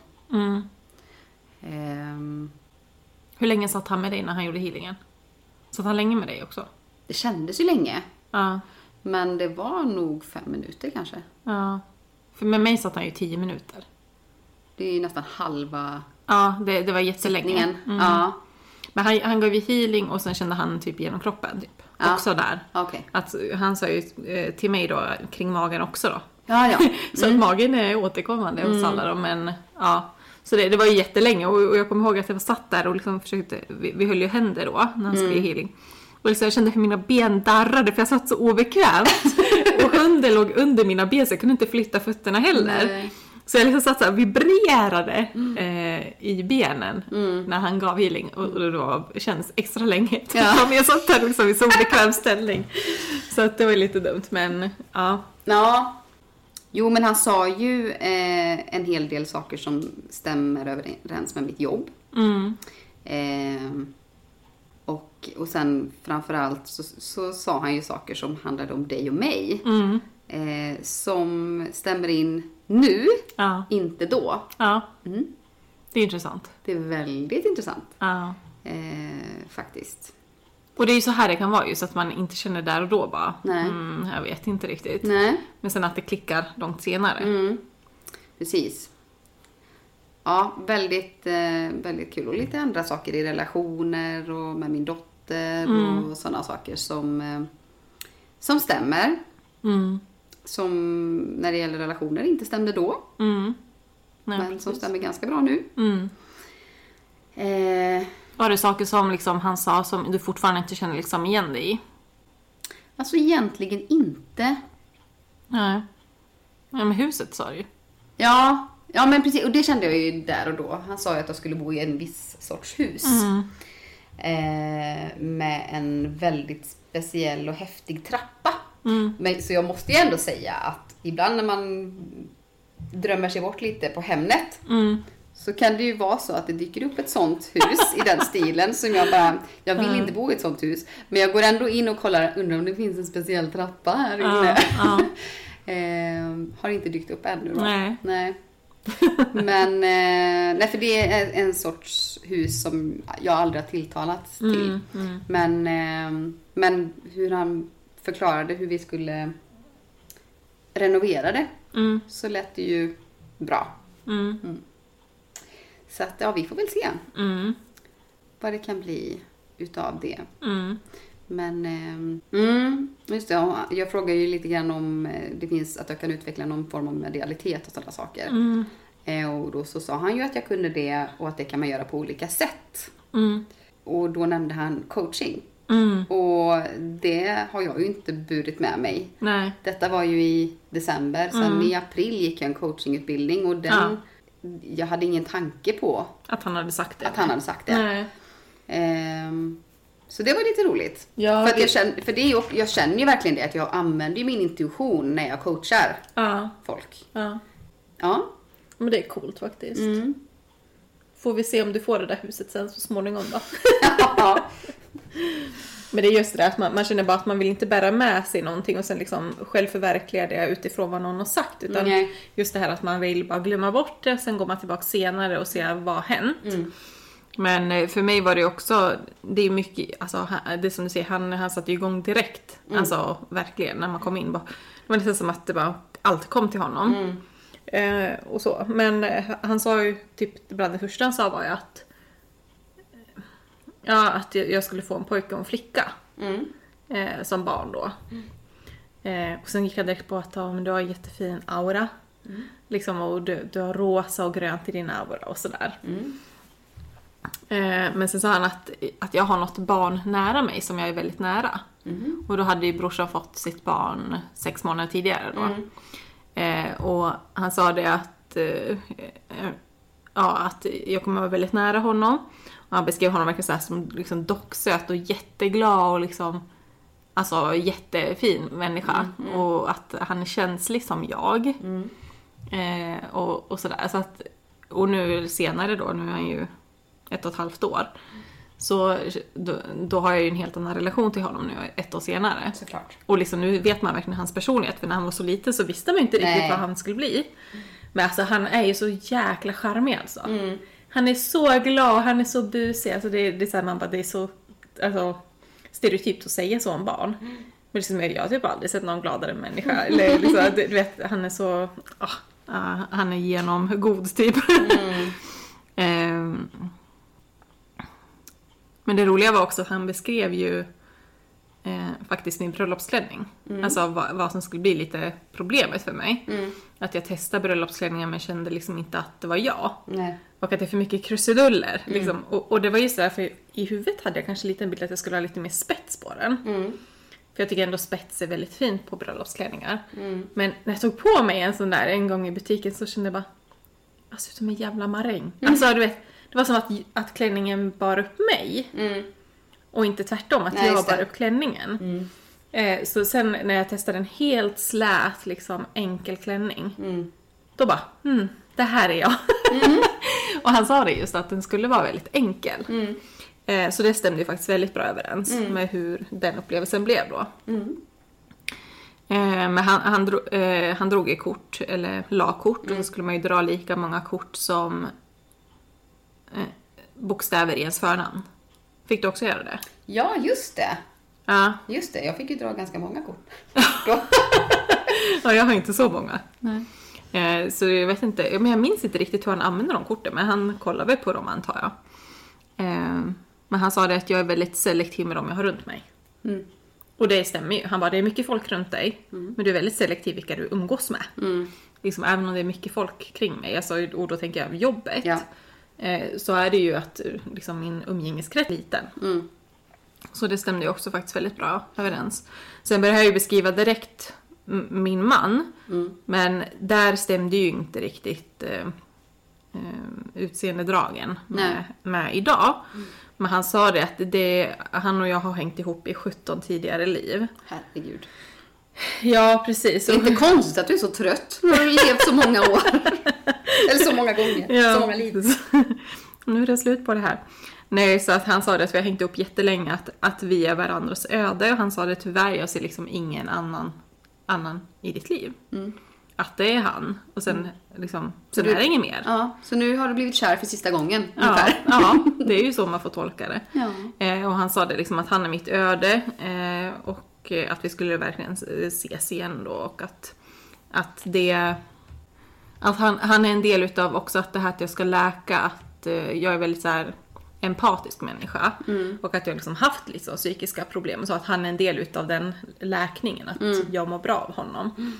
Hur länge satt han med dig när han gjorde healingen? Satt han länge med dig också? Det kändes ju länge. Ja. Men det var nog 5 minuter kanske. Ja. För med mig satt han ju 10 minuter. Det är ju nästan halva Ja, det var jättelänge. Ja. Men han gav ju healing och sen kände han typ genom kroppen typ. Ja. Också där. Okay. Att han sa ju till mig då kring magen också då. Ja. Så att magen är återkommande hos alla då, men ja. Så det var ju jättelänge och jag kommer ihåg att jag var satt där och liksom försökte, vi höll ju händer då när han skulle healing. Och liksom jag kände hur mina ben darrade för jag satt så obekvämt. Och hunden låg under mina ben så jag kunde inte flytta fötterna heller. Nej. Så jag liksom satt så här, vibrerade i benen när han gav healing. Och det känns extra länge. Ja. Men jag satt där liksom i så bekväm ställning. Så att det var lite dumt, men ja. Ja. Jo, men han sa ju en hel del saker som stämmer överens med mitt jobb. Och sen framförallt så sa han ju saker som handlade om dig och mig. Som stämmer in nu, inte då. Ja, det är intressant. Det är väldigt intressant. Ja. Faktiskt. Och det är ju så här det kan vara just att man inte känner där och då bara. Nej. Jag vet inte riktigt. Nej. Men sen att det klickar långt senare. Precis. Ja, väldigt, väldigt kul. Och lite andra saker i relationer och med min dotter och sådana saker som stämmer. Som när det gäller relationer inte stämde då. Nej, men precis. Som stämmer ganska bra nu. Var det saker som liksom han sa som du fortfarande inte känner liksom igen dig i? Alltså egentligen inte. Nej. Ja, men huset sa du ju. Ja, men precis. Och det kände jag ju där och då. Han sa ju att jag skulle bo i en viss sorts hus. Med en väldigt speciell och häftig trappa. Men, så jag måste ju ändå säga att ibland när man drömmer sig bort lite på Hemnet. Så kan det ju vara så att det dyker upp ett sånt hus i den stilen som jag vill inte bo i ett sånt hus. Men jag går ändå in och kollar, undrar om det finns en speciell trappa här inne. Har inte dykt upp ännu då. Nej. Men nej, för det är en sorts hus som jag aldrig har tilltalat till. Men hur han förklarade hur vi skulle renovera det så lät det ju bra. Så att ja, vi får väl se vad det kan bli utav det. Men just det, jag frågar ju lite grann om det finns att jag kan utveckla någon form av medialitet och sådana saker. Och då så sa han ju att jag kunde det och att det kan man göra på olika sätt. Och då nämnde han coaching. Och det har jag ju inte burit med mig. Nej. Detta var ju i december. Sen i april gick jag en coachingutbildning och den jag hade ingen tanke på att han hade sagt det. Att han hade sagt det. Nej. Så det var lite roligt. Ja, för att jag känner ju verkligen det att jag använder min intuition när jag coachar folk. Ja. Men det är coolt faktiskt. Får vi se om du får det där huset sen så småningom då. Men det är just det att man känner bara att man vill inte bära med sig någonting och sen liksom själv förverkliga det utifrån vad någon har sagt. Utan just det här att man vill bara glömma bort det, sen går man tillbaka senare och ser vad har hänt. Men för mig var det också, det är mycket, alltså det som du säger, han satte igång direkt. Alltså verkligen, när man kom in. Det var nästan som att det bara, allt kom till honom. Och så. Men han sa ju, typ bland det första han sa var ju att att jag skulle få en pojke och en flicka som barn då. Och sen gick jag direkt på att men du har jättefin aura. Liksom, och du har rosa och grönt i din aura och sådär. Men sen sa han att jag har något barn nära mig som jag är väldigt nära. Och då hade ju brorsan fått sitt barn 6 månader tidigare då. Och han sa det att jag kommer vara väldigt nära honom. Och han beskrev honom verkligen så här som liksom docksöt och jätteglad och liksom, alltså jättefin människa. Och att han är känslig som jag. Och sådär. Så att, och nu senare då, nu är han ju 1,5 år. Så då har jag ju en helt annan relation till honom nu 1 år senare. Såklart. Och liksom nu vet man verkligen hans personlighet. För när han var så liten så visste man inte riktigt vad han skulle bli. Men alltså han är ju så jäkla charmig alltså. Han är så glad, han är så busig. Alltså det är så här, man bara, det är så alltså, stereotypt att säga så om barn. Men liksom, jag har typ aldrig sett någon gladare människa. Eller liksom, du vet, han är så han är genom god typ. Men det roliga var också att han beskrev ju faktiskt min bröllopsklänning. Alltså vad som skulle bli lite problemet för mig. Att jag testade bröllopsklänningen men kände liksom inte att det var jag. Nej. Och att det är för mycket krusiduller. Liksom. Och det var just därför i huvudet hade jag kanske en liten bild att jag skulle ha lite mer spets på den. För jag tycker ändå spets är väldigt fint på bröllopsklänningar. Men när jag tog på mig en sån där en gång i butiken så kände jag bara, jag ser ut som en jävla maräng. Alltså du vet, det var som att klänningen bar upp mig. Och inte tvärtom, att jag bar upp klänningen. Så sen när jag testade en helt slät, liksom enkel klänning. Då bara, det här är jag. Och han sa det just att den skulle vara väldigt enkel. Så det stämde ju faktiskt väldigt bra överens med hur den upplevelsen blev då. Men han drog i kort, eller la kort. Och så skulle man ju dra lika många kort som bokstäver i ens förnamn. Fick du också göra det? Ja, just det. Ja. Just det, jag fick ju dra ganska många kort. Ja, jag har inte så många. Nej. Så jag vet inte, men jag minns inte riktigt hur han använder de korten. Men han kollar väl på dem, antar jag. Men han sa det att jag är väldigt selektiv med dem jag har runt mig. Och det stämmer ju. Han bara, det är mycket folk runt dig. Men du är väldigt selektiv vilka du umgås med. Liksom, även om det är mycket folk kring mig. Alltså, och då tänker jag jobbet. Ja. Så är det ju att liksom, min umgängeskrets är liten. Så det stämde ju också faktiskt väldigt bra överens. Sen började jag ju beskriva direkt min man. Men där stämde ju inte riktigt utseendedragen med idag. Men han sa det att han och jag har hängt ihop i 17 tidigare liv. Herregud. Ja, precis. Det är inte konstigt att du är så trött. Nu har du levt så många år. Eller så många gånger. Ja, så många liv. Nu är det slut på det här. Nej, så att han sa det att vi har hängt upp jättelänge att vi är varandras öde. Och han sa det tyvärr, jag ser liksom ingen annan i ditt liv. Att det är han. Och sen liksom, så det är inget mer. Ja, så nu har du blivit kär för sista gången. Ja, det är ju så man får tolka det. Ja. Och han sa det liksom att han är mitt öde. Och att vi skulle verkligen ses igen då. Och att det... Att han är en del utav också att det här att jag ska läka. Att jag är väldigt så här empatisk människa. Och att jag liksom haft liksom psykiska problem. Så att han är en del utav den läkningen. Att jag mår bra av honom.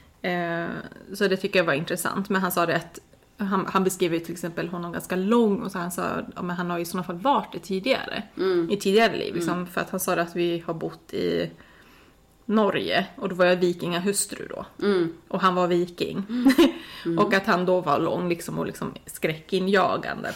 Så det tycker jag var intressant. Men han sa det att han beskriver till exempel honom ganska lång. Och så han sa men han har i sådana fall varit det tidigare. I tidigare liv. Liksom, för att han sa att vi har bott i Norge. Och då var jag vikingahustru då. Och han var viking. Och att han då var lång liksom, och liksom skräckinjagande.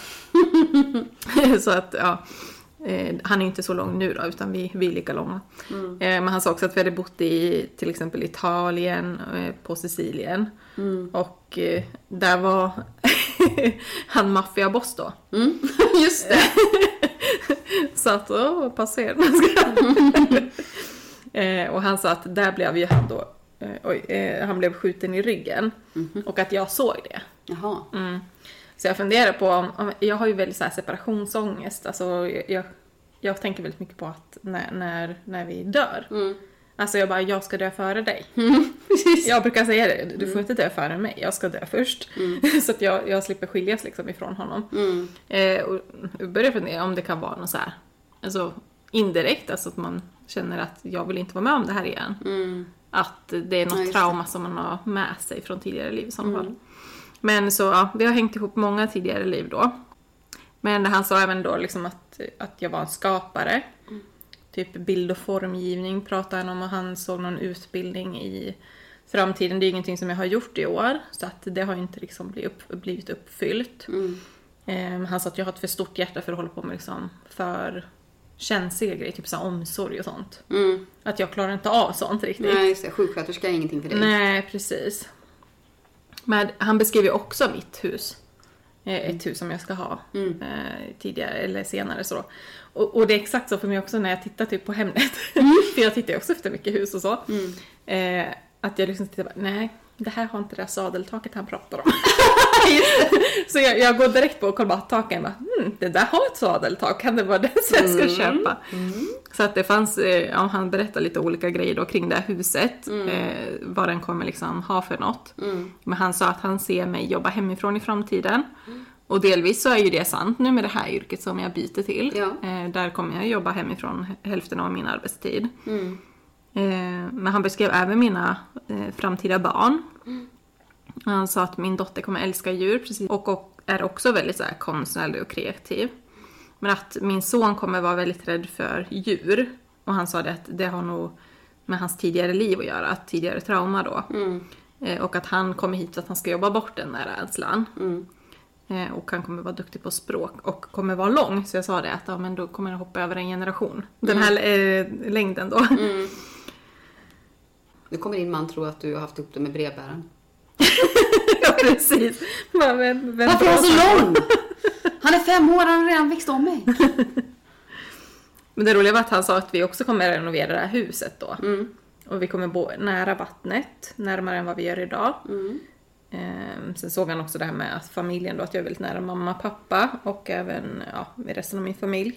Så att ja, han är inte så lång nu då, utan vi är lika långa. Men han sa också att vi hade bott i till exempel Italien, på Sicilien. Och där var han maffiaboss då. Just det. Så att passerade. Och han sa att där blev ju han då han blev skjuten i ryggen. Och att jag såg det. Jaha. Så jag funderar på om jag har ju väldigt så här separationsångest. Alltså jag tänker väldigt mycket på att när vi dör. Alltså jag ska dö före dig. Jag brukar säga det, du får inte dö före mig, jag ska dö först. Så att jag slipper skiljas liksom ifrån honom. Och jag börjar fundera om det kan vara något så här, alltså indirekt, alltså att man känner att jag vill inte vara med om det här igen. Att det är något trauma som man har med sig från tidigare liv i sådana fall. Men så ja, vi har hängt ihop många tidigare liv då. Men han sa även då liksom att jag var en skapare. Typ bild- och formgivning pratade han om, och han såg någon utbildning i framtiden. Det är ingenting som jag har gjort i år, så att det har inte liksom blivit uppfyllt. Han sa att jag har ett för stort hjärta för att hålla på med liksom för känsliga grejer, typ så omsorg och sånt. Att jag klarar inte av sånt riktigt. Nej, just det. Sjuksköterska är ingenting för dig. Nej, precis. Men han beskrev ju också mitt hus. Ett hus som jag ska ha tidigare eller senare så. Och det är exakt så för mig också när jag tittar typ på Hemnet. För jag tittar ju också efter mycket hus och så. Att jag liksom tittar på, nej, det här har inte det sadeltaket han pratar om. Just det. Så jag går direkt på och kollar bara taken. Det där har ett sadeltak, kan det vara det som jag ska köpa? Så att det fanns, han berättade lite olika grejer då kring det här huset. Vad den kommer liksom ha för något. Men han sa att han ser mig jobba hemifrån i framtiden. Och delvis så är ju det sant nu med det här yrket som jag byter till. Ja. Där kommer jag jobba hemifrån hälften av min arbetstid. Men han beskrev även mina framtida barn. Han sa att min dotter kommer älska djur precis, och är också väldigt så här konstnärlig och kreativ. Men att min son kommer vara väldigt rädd för djur. Och han sa det att det har nog med hans tidigare liv att göra, att tidigare trauma då. Och att han kommer hit för att han ska jobba bort den där rädslan. Och han kommer vara duktig på språk och kommer vara lång. Så jag sa det att ja, men då kommer jag hoppa över en generation. Den här längden då. Nu kommer din man tro att du har haft upp det med brevbäraren. Ja, precis. Varför är han så lång? Han är 5 år, han har redan växt om mig. Men det roliga var att han sa att vi också kommer renovera det här huset då. Och vi kommer bo nära vattnet, närmare än vad vi gör idag. Sen såg han också det här med att familjen då, att jag är väldigt nära mamma, pappa och även med resten av min familj.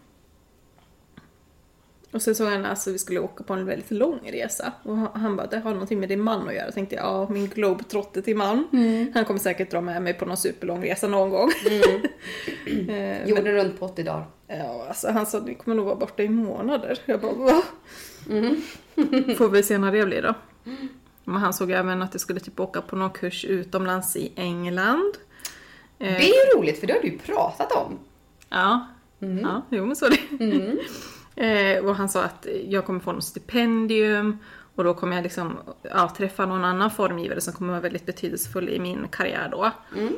Och sen såg han att vi skulle åka på en väldigt lång resa. Och han bara, det har någonting med din man att göra. Jag tänkte, min globetrotter till man. Han kommer säkert dra med mig på någon superlång resa någon gång. Gjorde runt på 80 dagar. Ja, alltså han sa, ni kommer nog vara borta i månader. Jag bara, va? Får vi se när det blir då. Men han såg även att jag skulle typ åka på någon kurs utomlands i England. Det är ju roligt, för det har du ju pratat om. Ja, jo men så är det. Och han sa att jag kommer få något stipendium. Och då kommer jag liksom träffa någon annan formgivare som kommer vara väldigt betydelsefull i min karriär då.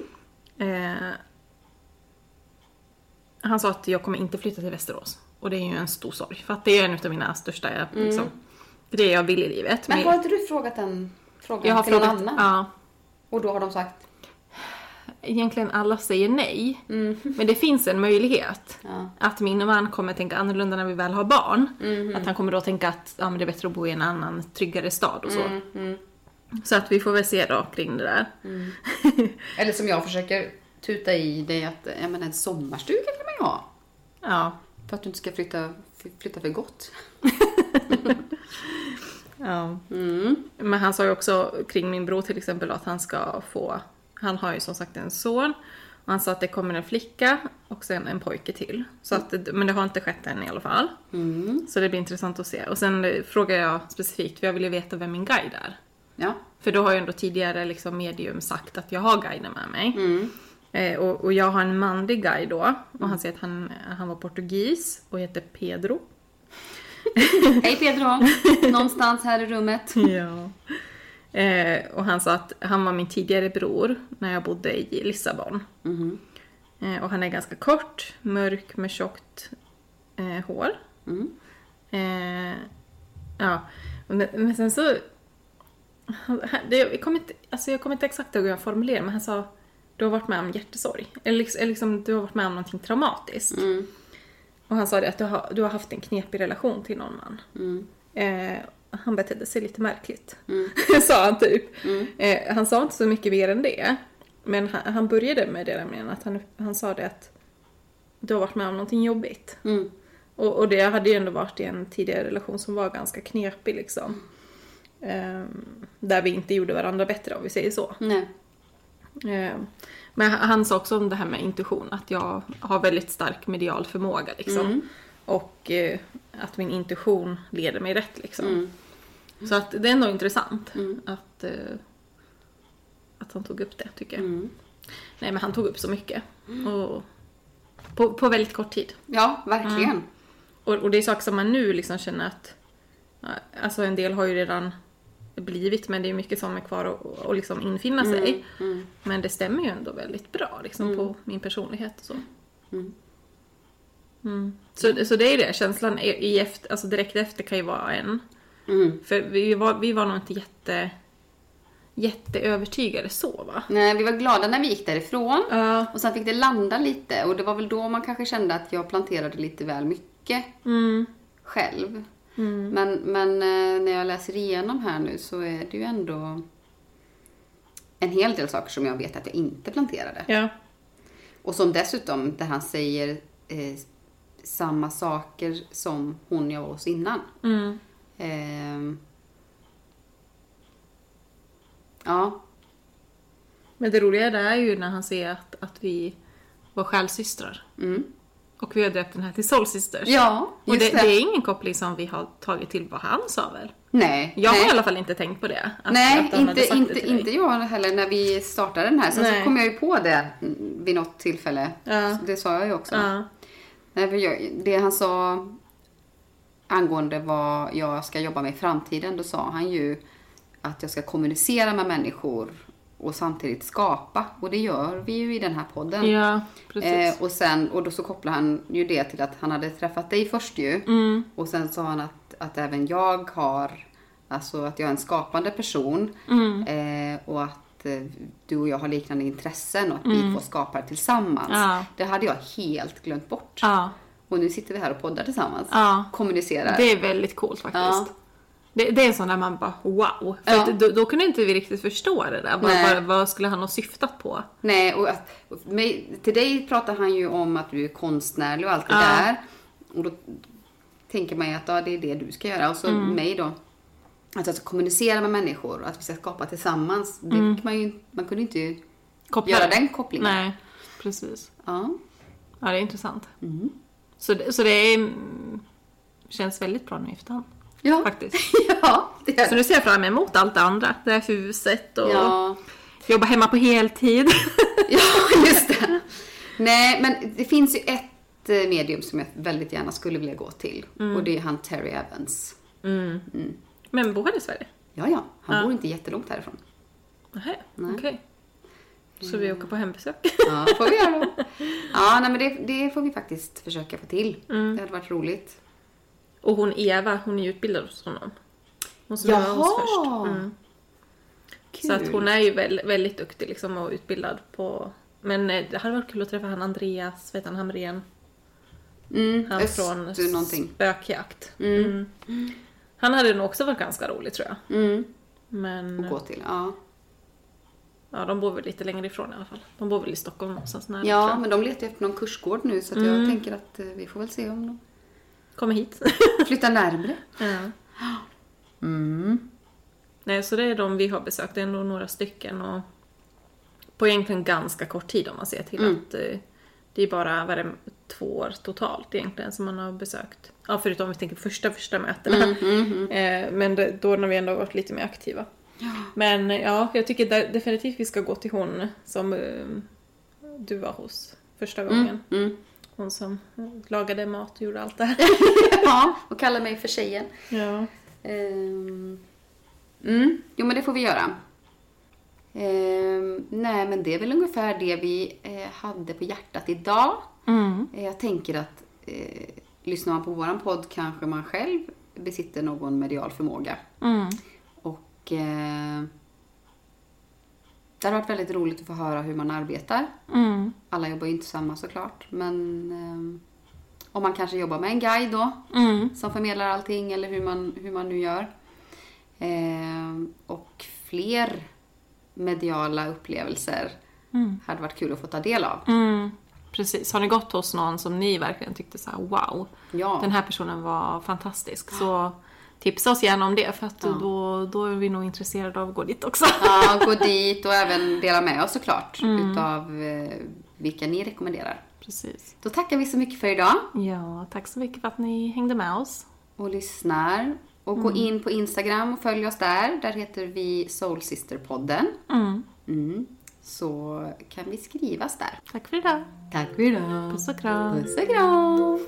Han sa att jag kommer inte flytta till Västerås. Och det är ju en stor sorg. För att det är en av mina största grejer jag vill i livet. Men har inte du frågat den frågan jag har till frågat, någon annan? Ja. Och då har de sagt? Egentligen alla säger nej. Men det finns en möjlighet. Att min man kommer tänka annorlunda när vi väl har barn. Att han kommer då tänka att men det är bättre att bo i en annan, tryggare stad och så. Så att vi får väl se då kring det där. Eller som jag försöker tuta i det, att en sommarstuga kan man ju ha. Ja. För att du inte ska flytta för gott. Ja. Men han sa ju också kring min bror till exempel att han ska få, han har ju som sagt en son. Och han sa att det kommer en flicka och sen en pojke till. Så att, men det har inte skett än i alla fall. Så det blir intressant att se. Och sen frågar jag specifikt, för jag vill ju veta vem min guide är. Ja. För då har ju ändå tidigare liksom medium sagt att jag har guiden med mig. Och jag har en manlig guide då. Och han säger att han var portugis och heter Pedro. Hej Pedro, någonstans här i rummet. Ja. Och han sa att han var min tidigare bror när jag bodde i Lissabon. Och han är ganska kort, mörk med tjockt hår. Ja, men sen så jag kommer inte exakt ihåg hur jag formulerade, men han sa, du har varit med om hjärtesorg. Eller liksom, du har varit med om någonting traumatiskt. Och han sa det att du har haft en knepig relation till någon man. Han betedde sig lite märkligt. Sa han typ. Han sa inte så mycket mer än det. Men han började med det med att han sa det att du har varit med om någonting jobbigt. Och det hade ju ändå varit i en tidigare relation som var ganska knepig liksom. Där vi inte gjorde varandra bättre, om vi säger så. Nej. Men han sa också om det här med intuition, att jag har väldigt stark medial förmåga liksom. Och att min intuition leder mig rätt liksom. Så att det är ändå intressant att han tog upp det, tycker jag. Nej, men han tog upp så mycket. Och på väldigt kort tid. Ja, verkligen. Och det är saker som man nu liksom känner att alltså en del har ju redan blivit, men det är mycket som är kvar och liksom infinna sig. Men det stämmer ju ändå väldigt bra liksom på min personlighet och så. Så det är det, känslan alltså direkt efter kan ju vara en. För vi var nog inte jätteövertygade så, va? Nej, vi var glada när vi gick därifrån. Och sen fick det landa lite. Och det var väl då man kanske kände att jag planterade lite väl mycket själv. Men när jag läser igenom här nu så är det ju ändå en hel del saker som jag vet att jag inte planterade. Ja. Och som dessutom, där han säger samma saker som hon jag var hos innan. Ja. Men det roliga där är ju när han säger att vi var själsystrar. Och vi har döpt den här till Soul Sisters. Ja, och det är ingen koppling som vi har tagit till vad han sa väl? Nej. Jag har i alla fall inte tänkt på det. Nej, inte jag heller när vi startade den här. Sen så kom jag ju på det vid något tillfälle. Ja. Det sa jag ju också. Ja. Det han sa angående vad jag ska jobba med i framtiden, då sa han ju att jag ska kommunicera med människor och samtidigt skapa. Och det gör vi ju i den här podden. Ja, precis. Och då så kopplar han ju det till att han hade träffat dig först ju. Och sen sa han att även jag har, alltså att jag är en skapande person. Och att du och jag har liknande intressen och att vi får skapa tillsammans. Ja. Det hade jag helt glömt bort. Ja. Och nu sitter vi här och poddar tillsammans. Ja. Kommunicerar. Det är väldigt coolt faktiskt. Ja. Det är en sån där man bara, wow. För att då kunde inte vi riktigt förstå det där. Vad skulle han ha syftat på? Nej, och till dig pratar han ju om att du är konstnärlig och allt det där. Och då tänker man ju att det är det du ska göra. Och så mig då. Att alltså kommunicera med människor och att vi ska skapa tillsammans. Det fick man kunde inte göra den kopplingen. Nej, precis. Ja, det är intressant. Så det känns väldigt bra nu i efterhand. Ja, faktiskt. Ja, det är. Så nu ser jag fram emot allt det andra. Det här huset och jobba hemma på heltid. Ja, just det. Nej, men det finns ju ett medium som jag väldigt gärna skulle vilja gå till. Och det är han Terry Evans. Men bor han i Sverige? Ja. Han bor inte jättelångt härifrån. Nej, okej. Så vi åker på hembesök. Ja, får vi göra då. Ja, nej, men det får vi faktiskt försöka få till. Det hade varit roligt. Och hon Eva, hon är ju utbildad hos honom. Hon som var hos först. Så att hon är ju väldigt duktig liksom och utbildad på... Men det hade varit kul att träffa han Andreas, vet han, Hamrén. Han från Spökjakt. Han hade nog också varit ganska rolig, tror jag. Men... Och gå till, ja. Ja, de bor väl lite längre ifrån i alla fall. De bor väl i Stockholm någonstans nära. Ja, men de letar efter någon kursgård nu. Så att jag tänker att vi får väl se om de kommer hit. Flytta närmare. Ja. Nej, så det är de vi har besökt. Det är nog några stycken. Och på egentligen ganska kort tid om man ser till att det är bara 2 år totalt egentligen som man har besökt. Ja, förutom om vi tänker på första mötena. Men då när vi ändå har varit lite mer aktiva. Ja. Men ja, jag tycker definitivt vi ska gå till hon som du var hos första gången. Hon som lagade mat och gjorde allt det här. Ja, och kallade mig för tjejen. Ja. Jo, men det får vi göra. Nej, men det är väl ungefär det vi hade på hjärtat idag. Jag tänker att lyssnar man på våran podd kanske man själv besitter någon medial förmåga. Och det har varit väldigt roligt att få höra hur man arbetar. Alla jobbar ju inte samma såklart. Men om man kanske jobbar med en guide då. Som förmedlar allting eller hur man nu gör. Och fler mediala upplevelser hade varit kul att få ta del av. Precis. Har ni gått hos någon som ni verkligen tyckte så här, wow, den här personen var fantastisk. Så tipsa oss gärna om det, för att då är vi nog intresserade av att gå dit också. Ja, gå dit och även dela med oss såklart utav vilka ni rekommenderar. Precis. Då tackar vi så mycket för idag. Ja, tack så mycket för att ni hängde med oss. Och lyssnar. Och gå in på Instagram och följ oss där. Där heter vi Soul Sister-podden. Så kan vi skrivas där. Tack för idag. Tack för idag. Puss och kram. Puss och kram.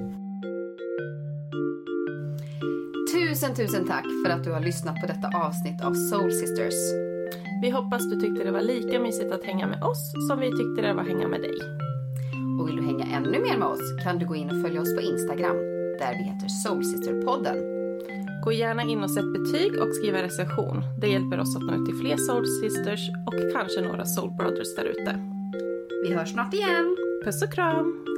Tusen tack för att du har lyssnat på detta avsnitt av Soul Sisters. Vi hoppas du tyckte det var lika mysigt att hänga med oss som vi tyckte det var att hänga med dig. Och vill du hänga ännu mer med oss kan du gå in och följa oss på Instagram där vi heter Soul Sister-podden. Gå gärna in och sätt betyg och skriva recension. Det hjälper oss att nå ut till fler Soul Sisters och kanske några Soul Brothers där ute. Vi hörs snart igen. Puss och kram!